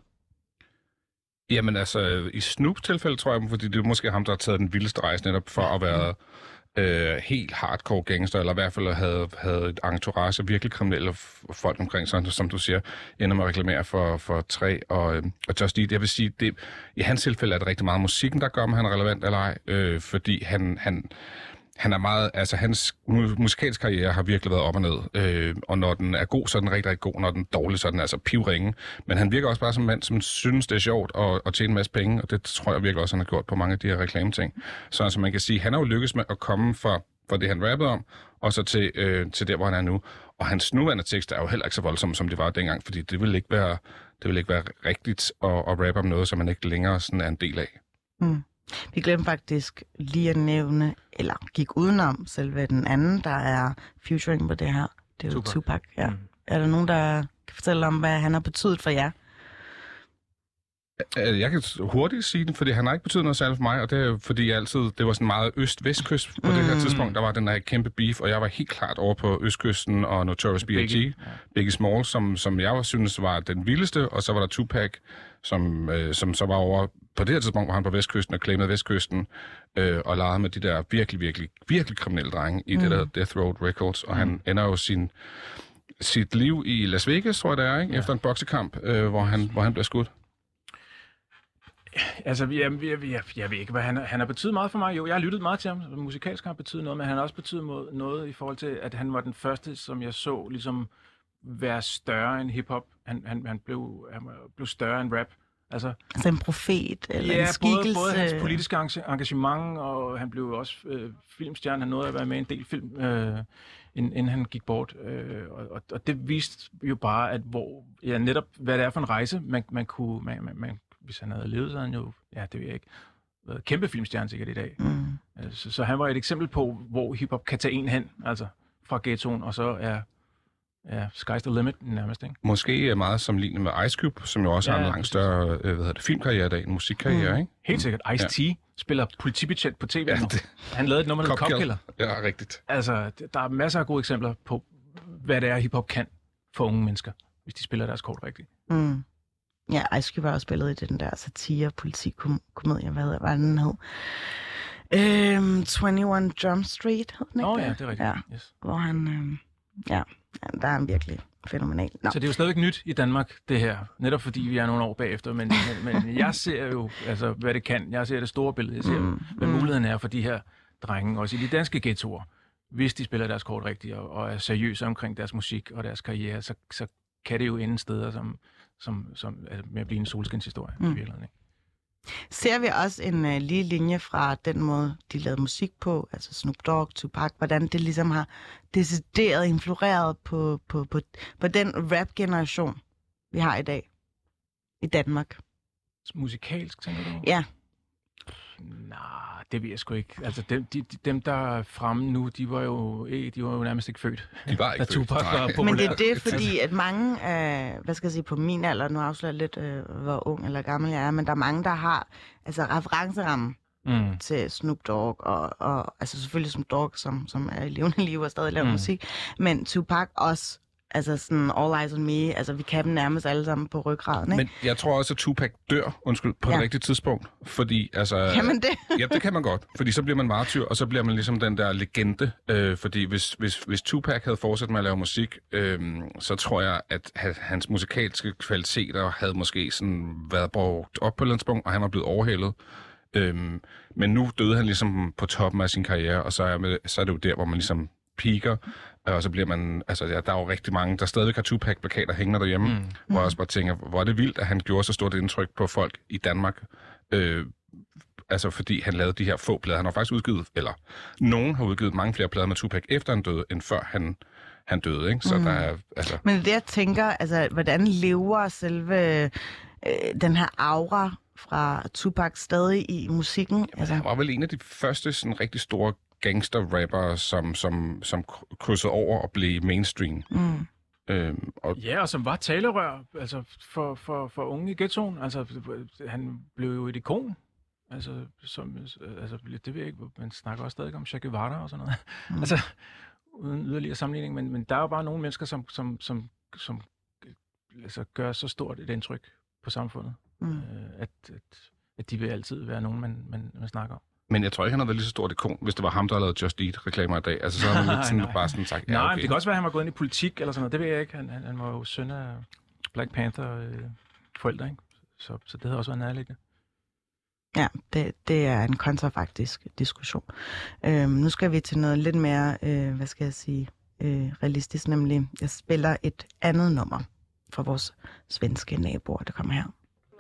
Jamen altså, i Snoops tilfælde tror jeg, fordi det er måske ham, der har taget den vildeste rejse netop for at være øh, helt hardcore gangster, eller i hvert fald havde, havde et entourage af virkelig kriminelle folk omkring sig, som du siger, ender med at reklamere for, for Træ og, og Just Eat. Jeg vil sige, det, i hans tilfælde er det rigtig meget musikken, der gør, om han er relevant eller ej, øh, fordi han... han Han er meget, altså hans musikalske karriere har virkelig været op og ned, øh, og når den er god, så er den rigtig, rigtig god, når den er dårlig, så er den altså pivringe. Men han virker også bare som en mand, som synes, det er sjovt at, at tjene en masse penge, og det tror jeg virkelig også, han har gjort på mange af de her reklameting. Så altså, man kan sige, han har jo lykkes med at komme fra, fra det, han rappede om, og så til, øh, til der, hvor han er nu. Og hans nuværende tekster er jo heller ikke så voldsomme, som det var dengang, fordi det ville ikke være, det ville ikke være rigtigt at, at rappe om noget, som man ikke længere sådan er en del af. Mm. Vi glemte faktisk lige at nævne, eller gik udenom selve den anden, der er featuring på det her. Det er jo Tupac. Tupac, ja. Mm. Er der nogen, der kan fortælle om, hvad han har betydet for jer? Jeg kan hurtigt sige det, fordi han har ikke betydet noget særligt for mig, og det er fordi jeg altid, det var sådan meget øst-vestkyst på mm. det her tidspunkt. Der var den her kæmpe beef, og jeg var helt klart over på østkysten og Notorious B I G, Biggie, ja. Biggie Smalls, som, som jeg var, synes var den vildeste, og så var der Tupac, som, øh, som så var over på det her tidspunkt, var han på vestkysten og claimede vestkysten, øh, og legede med de der virkelig, virkelig, virkelig kriminelle drenge i mm. det der Death Row Records, og mm. han ender jo sin, sit liv i Las Vegas, tror jeg det er, ikke? Ja. Efter en boksekamp, øh, hvor, han, hvor han bliver skudt. Altså, jeg, jeg, jeg, jeg ved ikke, hvad han, han har betydet meget for mig. Jo, jeg har lyttet meget til ham. Musikalsk har han betydet noget, men han har også betydet noget i forhold til, at han var den første, som jeg så ligesom være større end hiphop. Han, han, han, blev, han blev større end rap. Altså, altså en profet eller ja, en skikkelse? Både, både hans politiske engagement, og han blev også øh, filmstjerne. Han nåede at være med i en del film, øh, inden, inden han gik bort. Øh, og, og det viste jo bare, at hvor, ja, netop hvad det er for en rejse, man, man kunne... Man, man, man, hvis han havde levet, så havde han jo, ja, det ved jeg ikke, været kæmpe filmstjerne sikkert i dag. Mm. Så, så han var et eksempel på, hvor hiphop kan tage en hen, altså fra ghettoen, og så er ja, sky's the limit nærmest, ikke? Måske meget sammenlignet med Ice Cube, som jo også ja, har en langt større øh, hvad hedder det, filmkarriere i dag, en musikkarriere, mm. ikke? Helt sikkert. Ice-T ja. spiller politibetjent på tv ja, nu. Det... Han lavede et nummer, der hedder Copkiller. Ja, rigtigt. Altså, der er masser af gode eksempler på, hvad det er, hiphop kan for unge mennesker, hvis de spiller deres kort rigtigt. Mm. Ja, Ice Cube har også spillet i den der satire-politik-komedie, hvad hedder hvad den hed. Øhm, enogtyve Jump Street hed den ikke? Åh oh, det? ja, det er rigtigt. Ja, Yes. hvor han... Øh, ja, der er han virkelig fænomenal. Nå. Så det er jo stadigvæk nyt i Danmark, det her. Netop fordi vi er nogle år bagefter. Men, men, men jeg ser jo, altså, hvad det kan. Jeg ser det store billede. Jeg ser, mm, hvad mm. muligheden er for de her drenge, også i de danske ghettoer. Hvis de spiller deres kort rigtigt og, og er seriøse omkring deres musik og deres karriere, så, så kan det jo ende steder, som, som, som er med at blive en solskinshistorie mm. i virkeligheden. Ikke? Ser vi også en uh, lige linje fra den måde, de lavede musik på, altså Snoop Dogg, Tupac, hvordan det ligesom har decideret influeret på, på, på, på den rap-generation, vi har i dag i Danmark? Musikalsk, tænker du? Ja. Nej, det ved jeg sgu ikke. Altså, dem, de, dem der er fremme nu, de var jo, de var jo nærmest ikke født. De var ikke født. Var Men det er det, fordi at mange, øh, hvad skal jeg sige, på min alder, nu afslører jeg lidt, øh, hvor ung eller gammel jeg er, men der er mange, der har altså referenceramme mm. til Snoop Dogg, og, og altså selvfølgelig Snoop Dogg, som, som er i levende liv og stadig laver mm. musik, men Tupac også. Altså sådan All Eyes on Me, altså vi kan dem nærmest alle sammen på ryggraden, ikke? Men jeg tror også, at Tupac dør, undskyld, på ja. det rigtige tidspunkt, fordi altså... Kan man det? Ja, det kan man godt, fordi så bliver man martyr, og så bliver man ligesom den der legende, øh, fordi hvis, hvis, hvis Tupac havde fortsat med at lave musik, øh, så tror jeg, at hans musikalske kvaliteter havde måske sådan været brugt op på et eller andet punkt, og han var blevet overhældet. Øh, men nu døde han ligesom på toppen af sin karriere, og så er, med, så er det jo der, hvor man ligesom peaker, og så bliver man, altså ja, der er jo rigtig mange, der stadigvæk har Tupac-plakater hængende derhjemme, mm. hvor jeg også bare tænker, hvor er det vildt, at han gjorde så stort indtryk på folk i Danmark, øh, altså fordi han lavede de her få plader. Han har faktisk udgivet, eller nogen har udgivet mange flere plader med Tupac efter han døde, end før han, han døde, ikke? Så mm. der er, altså... Men det jeg tænker, altså, hvordan lever selve øh, den her aura fra Tupac stadig i musikken? Jamen, altså... Han var vel en af de første sådan rigtig store gangster-rapper, som, som, som krydsede over og blev mainstream. Mm. Øhm, og... Ja, og som var talerør altså for, for, for unge i ghettoen. Altså, han blev jo et ikon. Altså, som, altså, det ved jeg ikke, man snakker også stadig om Che Guevara og sådan noget. Mm. Altså, uden yderligere sammenligning, men, men der er jo bare nogle mennesker, som, som, som, som altså, gør så stort et indtryk på samfundet, mm. at, at, at de vil altid være nogen, man, man, man snakker om. Men jeg tror ikke, han havde været lige så stort ikon, hvis det var ham, der lavede Just Eat-reklamer i dag. Altså, så har man lidt sådan, bare sådan sagt, ja, Nej, okay. men det kan også være, at han var gået ind i politik eller sådan noget. Det ved jeg ikke. Han, han, han var jo søn af Black Panther-forældre, øh, ikke? Så, så det havde også været nærliggende. Ja, det, det er en kontrafaktisk diskussion. Øhm, nu skal vi til noget lidt mere, øh, hvad skal jeg sige, øh, realistisk, nemlig jeg spiller et andet nummer fra vores svenske naboer, der kommer her.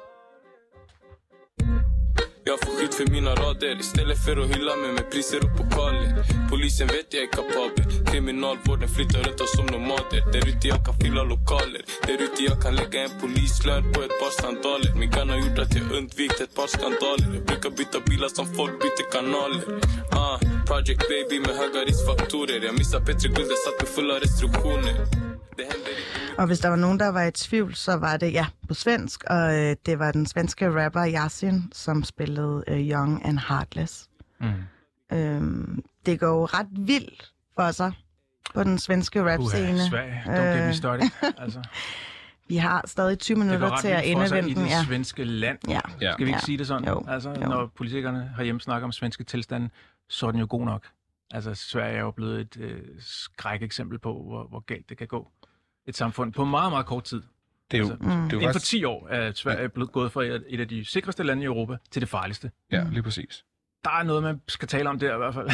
Jag får skit för mina rader istället för att hylla mig med priser och pokaler. Polisen vet jag är kapabel. Kriminalvården flyttar runt oss som nomader. Där ute jag kan fylla lokaler. Där ute jag kan lägga en polislön på ett par sandaler. Min kan har gjort att jag undvikit ett par skandaler. Jag brukar byta bilar som folk byter kanaler. Ah, Project Baby med höga riskfaktorer. Jag missar Petri Guldet satt med fulla restriktioner. Det händer inte. Og hvis der var nogen, der var i tvivl, så var det ja på svensk, og øh, det var den svenske rapper Yasin, som spillede øh, Young and Heartless. Mm. Øhm, det går jo ret vildt for sig på den svenske rap-scene. Uha, Sverige. Don't get me started. Altså. Vi har stadig tyve minutter til at indevende den. Det går ret vildt for sig i det ja. svenske land. Ja. Skal vi ikke ja. sige det sådan? Jo. Altså, jo. Når politikerne herhjemme snakker om svenske tilstande, så er den jo god nok. Altså, Sverige er jo blevet et øh, skrækeksempel på, hvor, hvor galt det kan gå. Et samfund på meget, meget kort tid. Det er jo, altså, mm. det er jo inden for faktisk... ti år er Sverige blevet gået fra et, et af de sikreste lande i Europa til det farligste. Ja, lige præcis. Der er noget, man skal tale om der i hvert fald.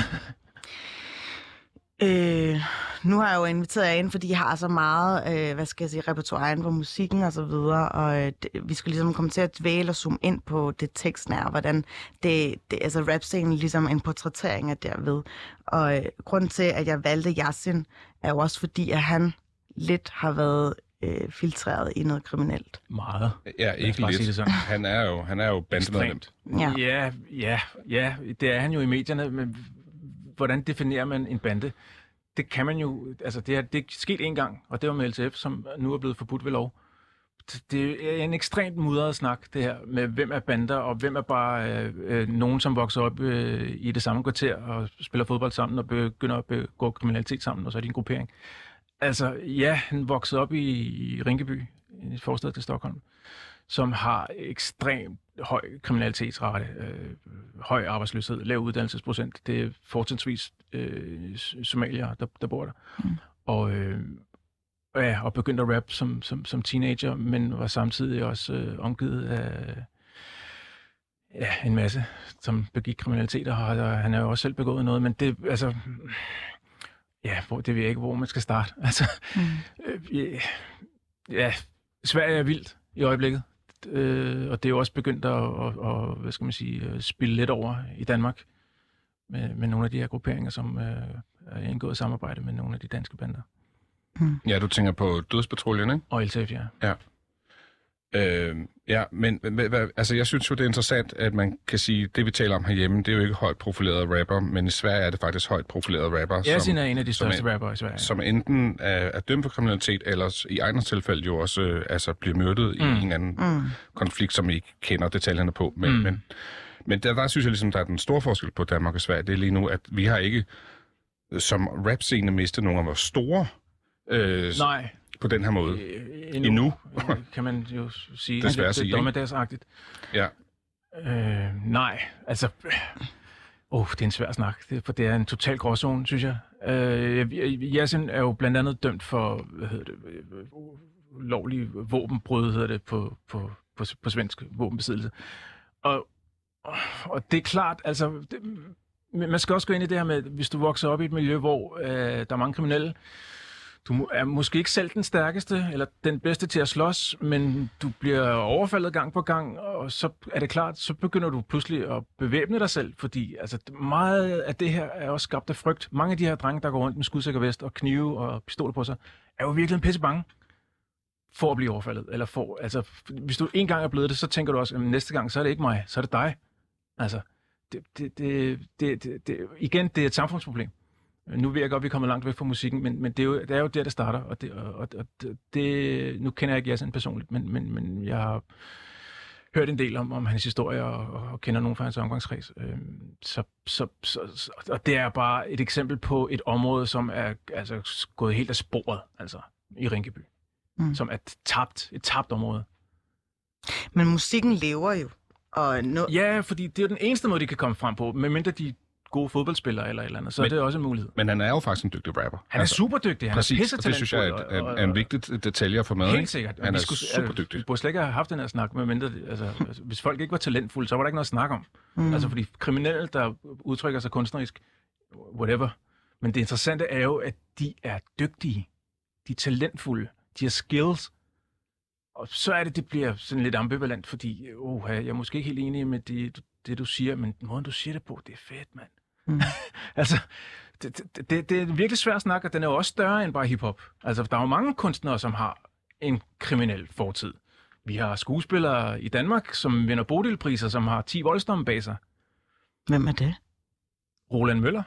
øh, nu har jeg jo inviteret jer ind, fordi jeg har så meget, øh, hvad skal jeg sige, repertoire inden for musikken og så videre, og øh, det, vi skal ligesom komme til at dvæle og zoome ind på det tekstnære, hvordan det, det altså rap-scenen ligesom en portrættering af derved. Og øh, grunden til, at jeg valgte Yasin, er jo også fordi, at han lidt har været øh, filtreret i noget kriminelt. Meget. Ja, ikke lidt. Han er jo, han er jo bandemedlem. Ja. ja, ja, ja, det er han jo i medierne, men hvordan definerer man en bande? Det kan man jo, altså det er, det er sket en gang, og det var med L T F, som nu er blevet forbudt ved lov. Det er en ekstremt mudret snak, det her, med hvem er bander, og hvem er bare øh, øh, nogen, som vokser op øh, i det samme kvarter, og spiller fodbold sammen, og begynder at begå kriminalitet sammen, og så er de en gruppering. Altså, ja, han voksede op i, i Rinkeby, i et forstad til Stockholm. som har ekstremt høj kriminalitetsrate, øh, høj arbejdsløshed, lav uddannelsesprocent. Det er fortrinsvis øh, somalier, der, der bor der. Mm. Og, øh, ja, og begyndte at rappe som, som, som teenager, men var samtidig også øh, omgivet af ja, en masse, som begik kriminalitet, og han har jo også selv begået noget, men det, altså, ja, hvor, det ved jeg ikke, hvor man skal starte. Altså, mm. øh, ja, Sverige er vildt i øjeblikket, øh, og det er jo også begyndt at, at, at hvad skal man sige, spille lidt over i Danmark, med, med nogle af de her grupperinger, som øh, er indgået samarbejde med nogle af de danske bander. Mm. Ja, du tænker på Dødspatruljen, ikke? Og L T F, ja. Ja. Øh, ja, men altså, jeg synes jo, det er interessant, at man kan sige, at det, vi taler om herhjemme, det er jo ikke højt profilerede rapper, men i Sverige er det faktisk højt profilerede rapper. Yasin er en af de største rapper i Sverige. Som enten er, er dømt for kriminalitet, eller i egne tilfælde jo også øh, altså, bliver myrdet mm. i en anden mm. konflikt, som I ikke kender detaljerne på. Men, mm. men, men der, der synes jeg ligesom, der er den store forskel på Danmark og Sverige. Det er lige nu, at vi har ikke som rap-scene mistet nogle af vores store øh, Nej. på den her måde. Øh, endnu, endnu. Kan man jo sige. Desværre det, sige, det er dommedagsagtigt. Ja. Øh, nej, altså... Åh, oh, det er en svær snak, det, for det er en total gråzone, synes jeg. Øh, Yasin er jo blandt andet dømt for, hvad hedder det, lovlig våbenbrud, hedder det på, på, på, på svensk våbenbesiddelse. Og, og det er klart, altså... Det, man skal også gå ind i det her med, hvis du vokser op i et miljø, hvor øh, der er mange kriminelle, du er måske ikke selv den stærkeste eller den bedste til at slås, men du bliver overfaldet gang på gang, og så er det klart, så begynder du pludselig at bevæbne dig selv, fordi altså, meget af det her er også skabt af frygt. Mange af de her drenge, der går rundt med skudsikker vest og knive og pistoler på sig, er jo virkelig en pisse bange for at blive overfaldet. Eller for, altså, hvis du en gang er blevet det, så tænker du også, at næste gang, så er det ikke mig, så er det dig. Altså, det, det, det, det, det, det, igen, det er et samfundsproblem. Nu ved jeg godt, at vi er kommet langt væk fra musikken, men, men det, er jo, det er jo der, det starter. Og det, og, og det, nu kender jeg ikke Yasin personligt, men, men, men jeg har hørt en del om, om hans historie og, og kender nogen fra hans omgangskreds. Så, så, så, så, og det er bare et eksempel på et område, som er altså, gået helt af sporet, altså i Rinkeby. Mm. Som er tabt, et tabt område. Men musikken lever jo. Og no... Ja, fordi det er den eneste måde, de kan komme frem på, medmindre de gode fodboldspillere eller et eller andet, så men, er det også en mulighed. Men han er jo faktisk en dygtig rapper. Han er altså, super dygtig, han præcis, er pissetalent. Det synes jeg er, er, er en vigtig detalje for med. Helt sikkert. Han er skulle, super dygtig. Vi burde slet ikke have haft den her snak, medmindre, altså, altså, hvis folk ikke var talentfulde, så var der ikke noget at snakke om. Mm. Altså fordi kriminelle, der udtrykker sig kunstnerisk, whatever. Men det interessante er jo, at de er dygtige. De er talentfulde. De har skills. Og så er det, det bliver sådan lidt ambivalent, fordi oh, jeg er måske ikke helt enig med det, det, du siger, men måden, du siger det på, det er fedt, mand. Mm. altså, det, det, det er en virkelig svær snak, og den er jo også større end bare hiphop. Altså, der er jo mange kunstnere, som har en kriminel fortid. Vi har skuespillere i Danmark, som vinder Bodilpriser, som har ti voldsdomme bag sig. Hvem er det? Roland Møller.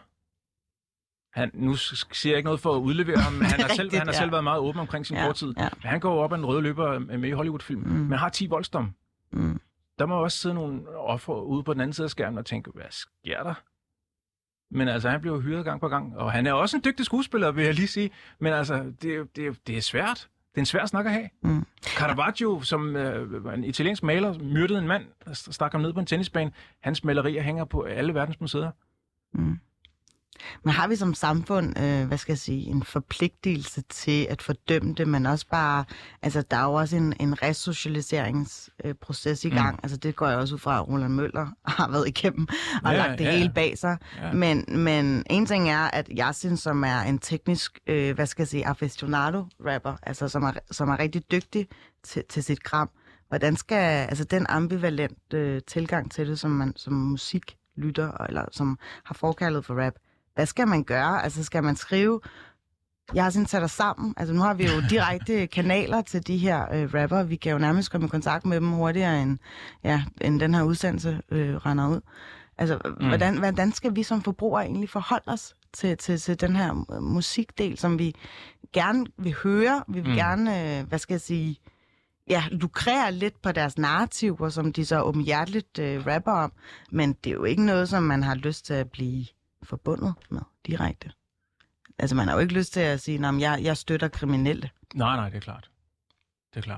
Han, nu siger jeg ikke noget for at udlevere ham, men han har, selv, han har ja. selv været meget åben omkring sin ja, fortid. Ja. Han går op ad en røde løber med i Hollywood-film, mm. men har ti voldsdomme. Mm. Der må også sidde nogle ofre ude på den anden side af skærmen og tænke, hvad sker der? Men altså, han bliver hyret gang på gang, og han er også en dygtig skuespiller, vil jeg lige sige. Men altså, det, det, det er svært. Det er en svær snak at have. Mm. Caravaggio, som øh, en italiensk maler, myrdede en mand, der stak ham ned på en tennisbane. Hans malerier hænger på alle verdens museer. Mm. Men har vi som samfund, øh, hvad skal jeg sige, en forpligtelse til at fordømme det, men også bare, altså der er jo også en, en resocialiseringsproces øh, i gang. Mm. Altså det går jeg også ud fra, at Roland Møller har været igennem og ja, lagt det ja. hele bag sig. Ja. Men, men en ting er, at Yasin, som er en teknisk, øh, hvad skal jeg sige, aficionado-rapper, altså som er, som er rigtig dygtig til, til sit kram, hvordan skal, altså den ambivalent øh, tilgang til det, som man som musiklytter, eller som har forkaldet for rap, hvad skal man gøre? Altså, skal man skrive, jeg har sådan sat os sammen. Altså, nu har vi jo direkte kanaler til de her øh, rapper. Vi kan jo nærmest komme i kontakt med dem hurtigere, end, ja, end den her udsendelse øh, render ud. Altså, mm. hvordan, hvordan skal vi som forbrugere egentlig forholde os til, til, til den her musikdel, som vi gerne vil høre? Vi vil mm. gerne, øh, hvad skal jeg sige, ja, lukrere lidt på deres narrativer, som de så åbenhjerteligt øh, rapper om. Men det er jo ikke noget, som man har lyst til at blive forbundet med direkte. Altså, man har jo ikke lyst til at sige, at jeg, jeg støtter kriminelle. Nej, nej, det er klart. Det er klart.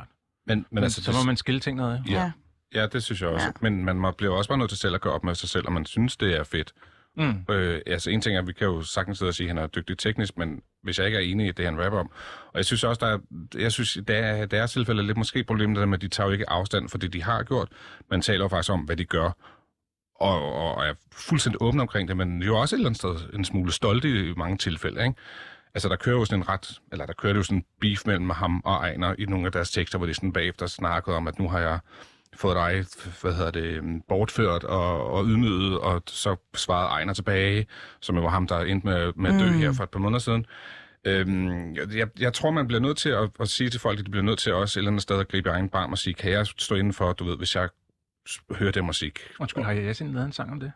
Men, men altså, så må man skille ting noget. Ja. Ja, det synes jeg også. Ja. Men man må, bliver også bare nødt til selv at gøre op med sig selv, og man synes, det er fedt. Mm. Øh, altså en ting er, at vi kan jo sagtens sidde og sige, at han er dygtig teknisk, men hvis jeg ikke er enig i det, han rapper om. Og jeg synes også, der er, jeg synes, der er, der er tilfælde lidt måske problemet der med, at de tager jo ikke afstand for det, de har gjort. Man taler jo faktisk om, hvad de gør, og, og er fuldstændig åben omkring det, men jo også et eller andet sted en smule stolte i mange tilfælde, ikke? Altså, der kører jo sådan en ret, eller der kører jo sådan en beef mellem ham og Ejner i nogle af deres tekster, hvor de sådan bagefter snakkede om, at nu har jeg fået dig, hvad hedder det, bortført og, og ydmyget, og så svarede Ejner tilbage, som jo var ham, der endte med, med at dø mm. her for et par måneder siden. Øhm, jeg, jeg tror, man bliver nødt til at, at sige til folk, at de bliver nødt til også et eller andet sted at gribe i egen barm og sige, kan jeg stå indenfor, du ved, hvis jeg hører det musik? Undskyld, har jeg Yasin lavet en sang om det?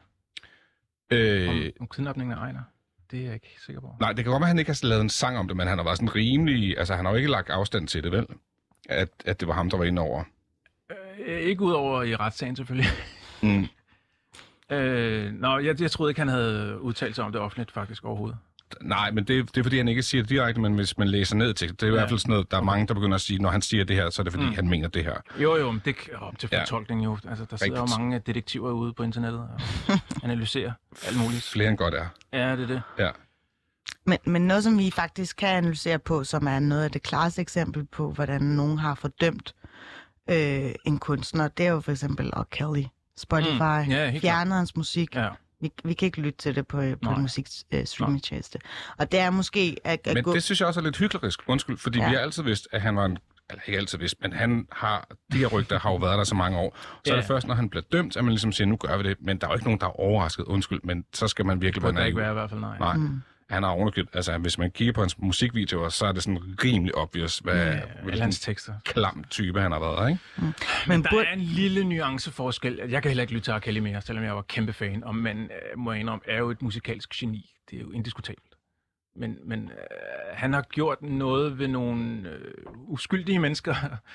Øh, om, om kidnapningen af Ejner? Det er jeg ikke sikker på. Nej, det kan godt være, at han ikke har lavet en sang om det, men han har været sådan rimelig, altså han har jo ikke lagt afstand til det, vel? At, at det var ham, der var inde over. Øh, ikke udover i retssagen, selvfølgelig. Mm. øh, nå, jeg, jeg troede ikke, han havde udtalt sig om det offentligt, faktisk, overhovedet. Nej, men det, det er, fordi han ikke siger det direkte, men hvis man læser ned til det, det er ja. i hvert fald sådan noget, der er mange, der begynder at sige, når han siger det her, så er det, fordi mm. han mener det her. Jo, jo, men det er op til fortolkning jo. Altså, der sidder Rigtigt. jo mange detektiver ude på internettet og analyserer alt muligt. Flere end godt er. Ja, det er det. Ja. Men, men noget, som vi faktisk kan analysere på, som er noget af det klareste eksempel på, hvordan nogen har fordømt øh, en kunstner, det er jo for eksempel R. Kelly. Spotify mm. ja, fjernede hans musik. Ja. Vi, vi kan ikke lytte til det på, på en musikstreamingtjeneste. Uh, og det er måske... At, at men gå... det synes jeg også er lidt hyklerisk, undskyld, fordi ja. vi har altid vidst, at han var en... Eller ikke altid vidst, men han har... De her rygter har jo været der så mange år. Så ja. er det først, når han bliver dømt, at man ligesom siger, nu gør vi det. Men der er jo ikke nogen, der er overrasket, undskyld, men så skal man virkelig... Det burde ikke være i hvert fald, nej. Nej. Mm. Han har underkøbt, altså hvis man kigger på hans musikvideoer, så er det sådan rimelig obvious, hvad ja, hvilken tekster. klam type han har været, ikke? Mm. Men, men der burde... er en lille nuanceforskel. Jeg kan heller ikke lytte til R. Kelly mere, selvom jeg var kæmpe fan, og man øh, må indrømme, er jo et musikalsk geni. Det er jo indiskutabelt. Men, men øh, han har gjort noget ved nogle øh, uskyldige mennesker,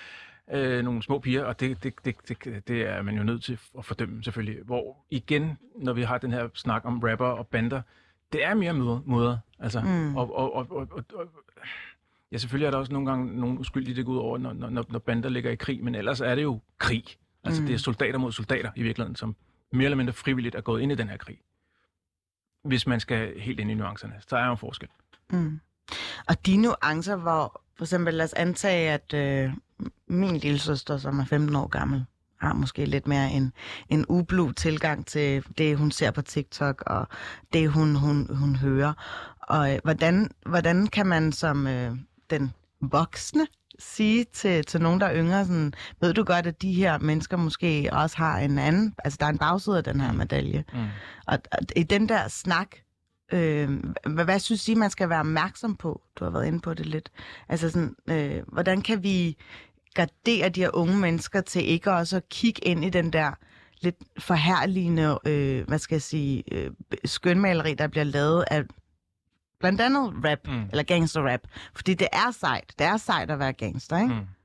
øh, nogle små piger, og det, det, det, det, det er man jo nødt til at fordømme selvfølgelig. Hvor igen, når vi har den her snak om rapper og bander, det er mere mudder, altså. Mm. Og, og, og, og, og, ja, selvfølgelig er der også nogle gange nogle uskyldige, det går ud over, når, når, når bander ligger i krig, men ellers er det jo krig. Altså, mm. det er soldater mod soldater i virkeligheden, som mere eller mindre frivilligt er gået ind i den her krig. Hvis man skal helt ind i nuancerne, så er jo en forskel. Mm. Og de nuancer, hvor for eksempel lad os antage, at øh, min lille søster, som er femten år gammel, har måske lidt mere en, en ublu tilgang til det, hun ser på TikTok, og det, hun, hun, hun hører. Og øh, hvordan, hvordan kan man som øh, den voksne sige til, til nogen, der er yngre, sådan, ved du godt, at de her mennesker måske også har en anden, altså der er en bagside af den her medalje. Mm. Og, og i den der snak, øh, hvad, hvad synes I, man skal være opmærksom på? Du har været inde på det lidt. Altså sådan, øh, hvordan kan vi gardere de her unge mennesker til ikke også at kigge ind i den der lidt forherligende, øh, hvad skal jeg sige, øh, skønmaleri, der bliver lavet af blandt andet rap, mm. eller gangster-rap. Fordi det er sejt. Det er sejt at være gangster, ikke? Mm.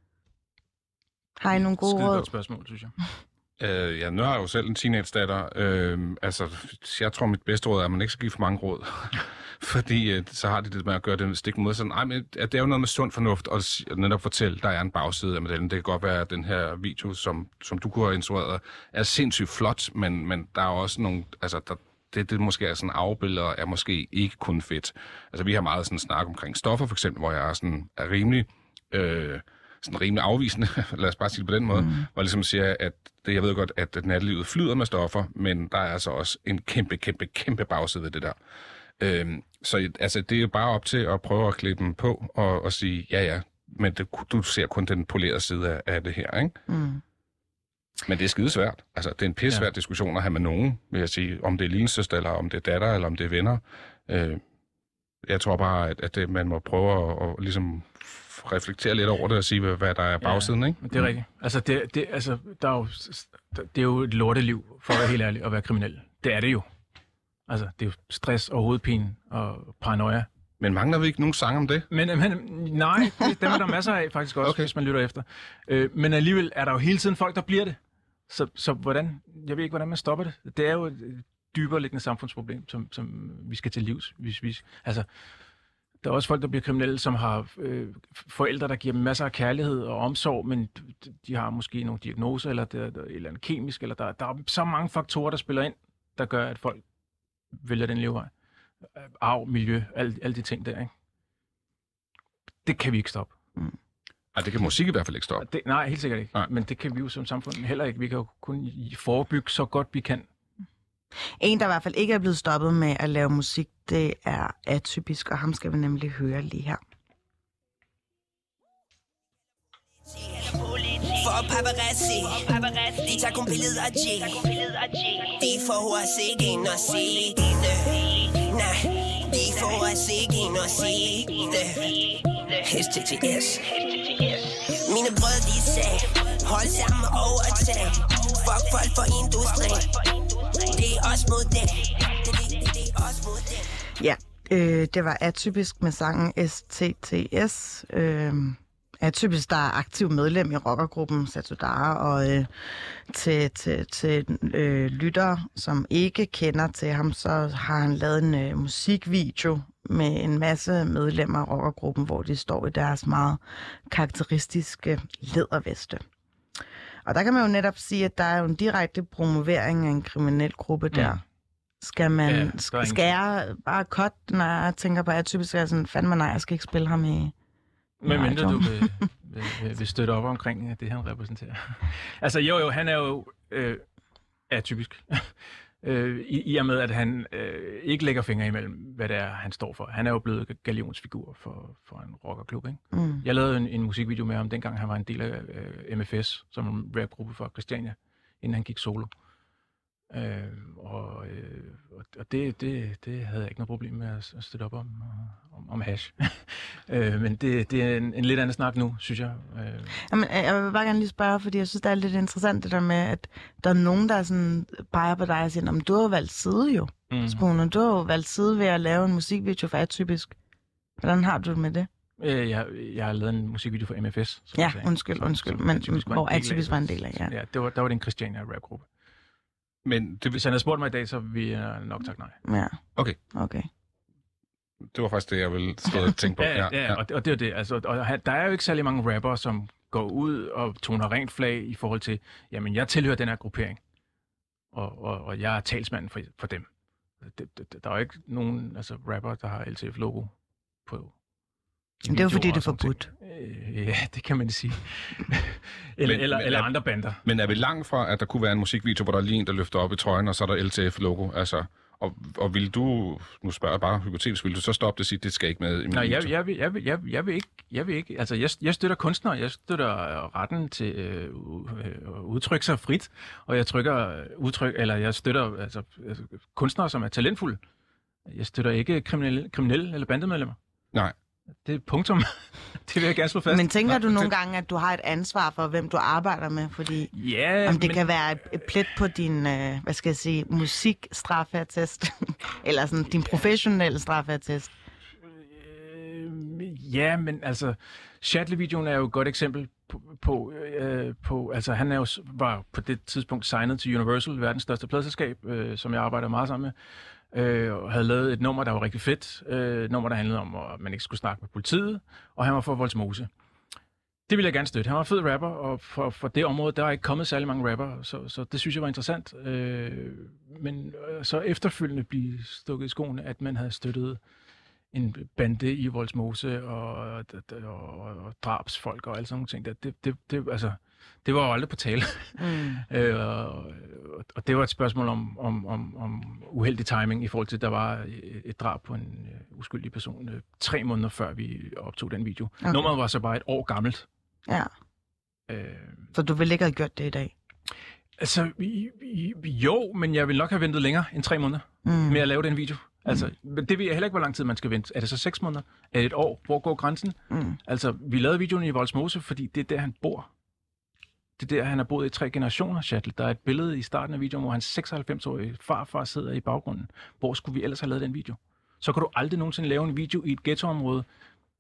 Har I nogle gode råd? Skide godt spørgsmål, synes jeg. Øh, ja, nu har jeg jo selv en teenage-datter. Øh, altså, jeg tror, mit bedste råd er, at man ikke skal give for mange råd. Fordi øh, så har de det med at gøre det stik mod sådan. Ej, men det er jo noget med sund fornuft, og netop fortælle, der er en bagside af medaljen. Det kan godt være, at den her video, som, som du kunne have instrueret, er sindssygt flot, men, men der er også nogle... Altså, der, det, det måske er sådan afbilleder, er måske ikke kun fedt. Altså, vi har meget sådan snak omkring stoffer, for eksempel, hvor jeg er, sådan, er rimelig... Øh, sådan rimelig afvisende, lad os bare sige det på den måde, mm. hvor ligesom siger, at det, jeg ved godt, at nattelivet flyder med stoffer, men der er altså også en kæmpe, kæmpe, kæmpe bagside ved det der. Øhm, så altså, det er jo bare op til at prøve at klippe dem på og, og sige, ja ja, men det, du ser kun den polerede side af, af det her, ikke? Mm. Men det er skidesvært. Altså, det er en pissevær ja. diskussion at have med nogen, vil jeg sige, om det er lillesøster, eller om det er datter, eller om det er venner. Øh, jeg tror bare, at, at det, man må prøve at, at ligesom reflektere lidt over det og sige, hvad der er bagsiden, ja, ikke? Det er rigtigt. Altså, det, det, altså der er jo, det er jo et lorteliv, for at være helt ærlig, at være kriminel. Det er det jo. Altså, det er jo stress og hovedpine og paranoia. Men mangler vi ikke nogen sang om det? Men, men nej, dem er der masser af faktisk også, okay. hvis man lytter efter. Øh, men alligevel er der jo hele tiden folk, der bliver det. Så, så hvordan, jeg ved ikke, hvordan man stopper det. Det er jo et dybere liggende samfundsproblem, som, som vi skal til livs. Hvis vi, altså, Der er også folk, der bliver kriminelle, som har øh, forældre, der giver dem masser af kærlighed og omsorg, men de har måske nogle diagnoser, eller, der, der, eller en kemisk, eller der, der er så mange faktorer, der spiller ind, der gør, at folk vælger den levevej. Arv, miljø, alle, alle de ting der, ikke? Det kan vi ikke stoppe. Mm. Ej, det kan musik i hvert fald ikke stoppe. Det, nej, helt sikkert ikke. Nej. Men det kan vi jo som samfund heller ikke. Vi kan jo kun forebygge så godt vi kan. En, der i hvert fald ikke er blevet stoppet med at lave musik, det er Atypisk, og ham skal vi nemlig høre lige her. For paparazzi, de tager kun billeder af G. De får os ikke ind og se det. Nej, de får os ikke ind og se det. S T T S. Mine brød, de sagde, hold sammen og overtag. Fuck folk for industrien. Det er os mod dem. Det, det, det, det er os mod dem. Ja, øh, det var Atypisk med sangen S T T S. Øh, Atypisk, der er aktiv medlem i rockergruppen Satudara, og øh, til, til, til øh, lyttere, som ikke kender til ham, så har han lavet en øh, musikvideo med en masse medlemmer af rockergruppen, hvor de står i deres meget karakteristiske læderveste. Og der kan man jo netop sige, at der er jo en direkte promovering af en kriminel gruppe der. Mm. Skal man ja, skal, skal jeg bare cut, når jeg tænker på Atypisk, så er jeg sådan, fandme nej, jeg skal ikke spille ham i... Men mindre du vil, vil, vil støtte op omkring det, han repræsenterer. Altså jo, jo, han er jo øh, atypisk. øh, i, I og med, at han øh, ikke lægger fingre imellem, hvad det er, han står for. Han er jo blevet galionsfigur for, for en rockerklub, ikke? Mm. Jeg lavede en, en musikvideo med ham, dengang han var en del af øh, M F S, som en rapgruppe for Christiania, inden han gik solo. Øh, og øh, og det, det, det havde jeg ikke noget problem med at, at støtte op om, om, om hash. øh, men det, det er en, en lidt anden snak nu, synes jeg. Øh. Jamen, jeg vil bare gerne lige spørge, fordi jeg synes, det er lidt interessant det der med, at der er nogen, der sådan peger på dig og siger, om du har jo valgt side jo, mm. Spooner. Du har jo valgt side ved at lave en musikvideo for Atypisk. Hvordan har du det med det? Øh, jeg, jeg har lavet en musikvideo for M F S. Ja, undskyld, undskyld. Som, men Atypisk hvor Atypisk var en del af, ja. Ja, det var, der var det en Christiania rapgruppe. Men det... Hvis han havde spurgt mig i dag, så ville jeg nok sagt nej. Ja. Okay. Okay. Det var faktisk det, jeg ville stå og tænke på. ja, ja, ja, og det, og det er det. Altså, og der er jo ikke særlig mange rappere, som går ud og toner rent flag i forhold til, jamen, jeg tilhører den her gruppering, og, og, og jeg er talsmanden for, for dem. Det, det, der er jo ikke nogen altså, rapper, der har L T F-logo på. Det er jo fordi, det er forbudt. Øh, ja, det kan man sige. eller men, eller, men eller er, andre bander. Men er vi langt fra, at der kunne være en musikvideo, hvor der er lige en, der løfter op i trøjen, og så er der L T F-logo? Altså, og, og vil du, nu spørger jeg bare hypotetisk, vil du så stoppe det og sige, det skal ikke med i min Nej, jeg, jeg, vil, jeg, vil, jeg, vil, jeg vil ikke. Jeg vil ikke. Altså, jeg, jeg støtter kunstnere, jeg støtter retten til øh, at udtrykke sig frit, og jeg trykker udtryk, eller jeg støtter altså, altså, kunstnere, som er talentfulde. Jeg støtter ikke kriminelle, kriminelle eller bandemedlemmer. Nej. Det er punktum. Det vil jeg gerne slå fast. Men tænker du nogle gange, at du har et ansvar for, hvem du arbejder med? Fordi ja, om det men... kan være et, et plet på din, øh, hvad skal jeg sige, musikstraffeattest, eller sådan din professionelle straffeattest? Øh, ja, men altså, Shatley-videoen er jo et godt eksempel på, på, øh, på altså han er jo, var på det tidspunkt signet til Universal, verdens største pladeselskab, øh, som jeg arbejder meget sammen med. Øh, og havde lavet et nummer, der var rigtig fedt. Øh, et nummer, der handlede om, at man ikke skulle snakke med politiet, og han var fra Vollsmose. Det ville jeg gerne støtte. Han var en fed rapper, og for, for det område, der er ikke kommet særlig mange rapper, så, så det synes jeg var interessant. Øh, men øh, så efterfølgende blive stukket i skoene, at man havde støttet en bande i Vollsmose og, og, og, og drabsfolk og alle sådan nogle ting. Det, det, det, det, altså, det var jo aldrig på tale. Mm. øh, og, og det var et spørgsmål om, om, om, om uheldig timing i forhold til, at der var et, et drab på en uh, uskyldig person uh, tre måneder før vi optog den video. Okay. Nummeret var så bare et år gammelt. Ja. Øh, så du ville ikke have gjort det i dag? Altså, i, i, jo, men jeg ville nok have ventet længere end tre måneder mm. med at lave den video. Altså, mm. det ved jeg heller ikke, hvor lang tid man skal vente. Er det så seks måneder? Er det et år? Hvor går grænsen? Mm. Altså, vi lavede videoen i Vollsmose, fordi det er der, han bor. Det er der, han har boet i tre generationer, Shatley. Der er et billede i starten af videoen, hvor hans seksoghalvfems-årige farfar sidder i baggrunden. Hvor skulle vi ellers have lavet den video? Så kan du aldrig nogensinde lave en video i et ghettoområde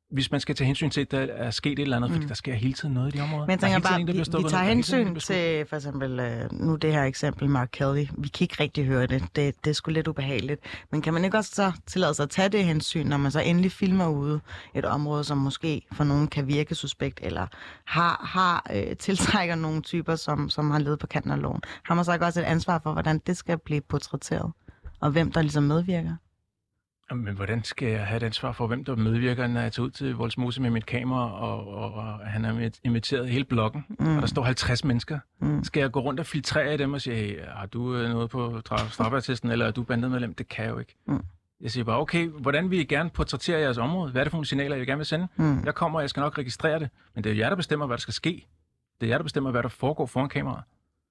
hvis man skal tage hensyn til, at der er sket et eller andet, mm. fordi der sker hele tiden noget i de områder. Men jeg tænker bare, en, vi, vi tager ned, hensyn til, for eksempel, øh, nu det her eksempel, Mark Kelly. Vi kan ikke rigtig høre det. det. Det er sgu lidt ubehageligt. Men kan man ikke også så tillade sig at tage det hensyn, når man så endelig filmer ude et område, som måske for nogen kan virke suspekt, eller har, har øh, tiltrækker nogle typer, som, som har levet på kanten af loven? Har man så ikke også et ansvar for, hvordan det skal blive portrætteret? Og hvem der ligesom medvirker? Men hvordan skal jeg have et ansvar for, hvem der medvirker, når jeg tager ud til Vollsmose med mit kamera, og, og, og han har inviteret hele bloggen, mm. og der står halvtreds mennesker? Mm. Skal jeg gå rundt og filtrere dem og sige, hey, har du noget på straffeattesten, eller er du bandemedlem? Det kan jeg jo ikke. Mm. Jeg siger bare, okay, hvordan vil I gerne portrættere jeres område? Hvad er det for nogle signaler, jeg gerne vil sende? Mm. Jeg kommer, og jeg skal nok registrere det, men det er jer, der bestemmer, hvad der skal ske. Det er jer, der bestemmer, hvad der foregår foran kameraet.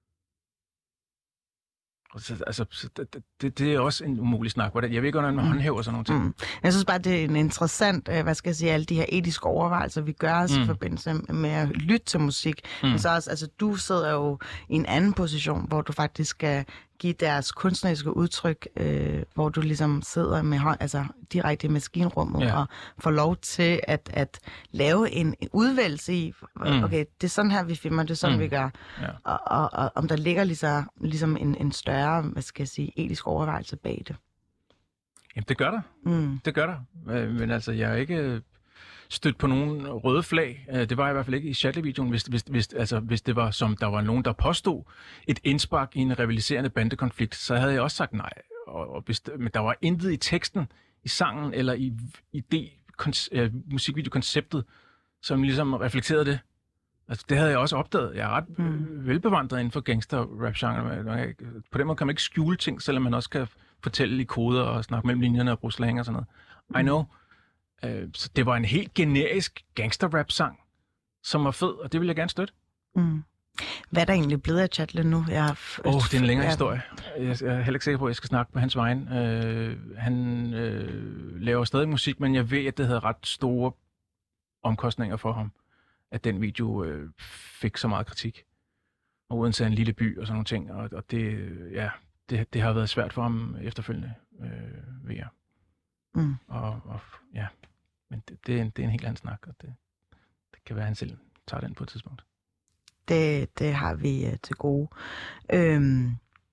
Altså, det, det er også en umulig snak. Jeg ved ikke, hvordan man håndhæver sådan nogle ting. Mm. Jeg synes bare, det er en interessant, hvad skal jeg sige, alle de her etiske overvejelser, vi gør os mm. i forbindelse med at lytte til musik. Mm. Men så også, altså, du sidder jo i en anden position, hvor du faktisk skal give deres kunstneriske udtryk, øh, hvor du ligesom sidder med hånd, altså direkte i maskinrummet, ja. Og får lov til at, at lave en udvælgelse i, mm. okay, det er sådan her, vi filmer, det er sådan, mm. vi gør. Ja. Og, og, og om der ligger ligesom, ligesom en, en større, hvad skal jeg sige, etisk overvejelse bag det. Jamen, det gør der. Mm. Det gør der. Men altså, jeg er ikke stødt på nogen røde flag. Det var jeg i hvert fald ikke i Shatley-videoen, hvis, hvis, hvis, altså, hvis det var, som der var nogen, der påstod et indspark i en rivaliserende bandekonflikt, så havde jeg også sagt nej. Og, og hvis, men der var intet i teksten, i sangen eller i, i det konce- øh, musikvideokonceptet, som ligesom reflekterede det. Altså, det havde jeg også opdaget. Jeg er ret mm. velbevandret inden for gangster-rap-genre. På den måde kan man ikke skjule ting, selvom man også kan fortælle i koder og snakke mellem linjerne og bruge slang og sådan noget. Mm. I know. Uh, så det var en helt generisk gangster-rap-sang, som var fed, og det vil jeg gerne støtte. Mm. Hvad er der egentlig blevet af Shatley nu? Åh, oh, det er en længere jeg... historie. Jeg er heller ikke sikker på, at jeg skal snakke på hans vegne. Uh, han uh, laver stadig musik, men jeg ved, at det havde ret store omkostninger for ham, at den video uh, fik så meget kritik. Og uden til en lille by og sådan nogle ting. Og, og det, ja, det, det har været svært for ham efterfølgende, uh, ved jeg. Mm. Og, og ja, men det, det, er en, det er en helt anden snak, og det, det kan være, at han selv tager den på et tidspunkt. Det, det har vi uh, til gode. Øhm,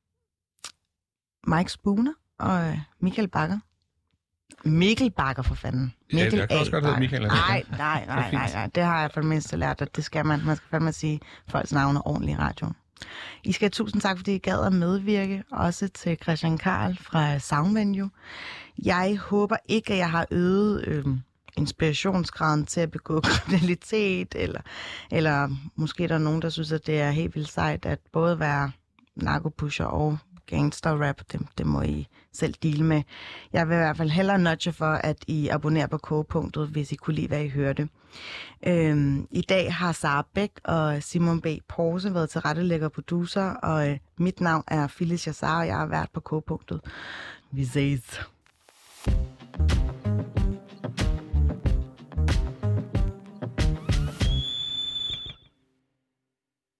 Mike Spooner og Michael Bakker. Mikkel Bakker, for fanden. Mikkel ja, jeg kan også godt hedde Michael. Nej, nej, nej, nej, nej. Det har jeg for det mindste lært, at det skal man. Man skal fandme sige folks navne ordentligt i radioen. I skal have tusind tak, fordi I gad at medvirke, også til Christian Karl fra Soundvenue. Jeg håber ikke, at jeg har øget øh, inspirationsgraden til at begå kriminalitet, eller, eller måske der er nogen, der synes, at det er helt vildt sejt at både være narkopusher og gangster-rap. Det, det må I selv deal med. Jeg vil i hvert fald hellere nudge for, at I abonnerer på Kogepunktet, hvis I kunne lide, hvad I hørte. Øhm, I dag har Sara Bæk og Simon B. Porse været tilrettelægger og producer, og øh, mit navn er Phyllis Jassar, og jeg har været på Kogepunktet. Vi ses.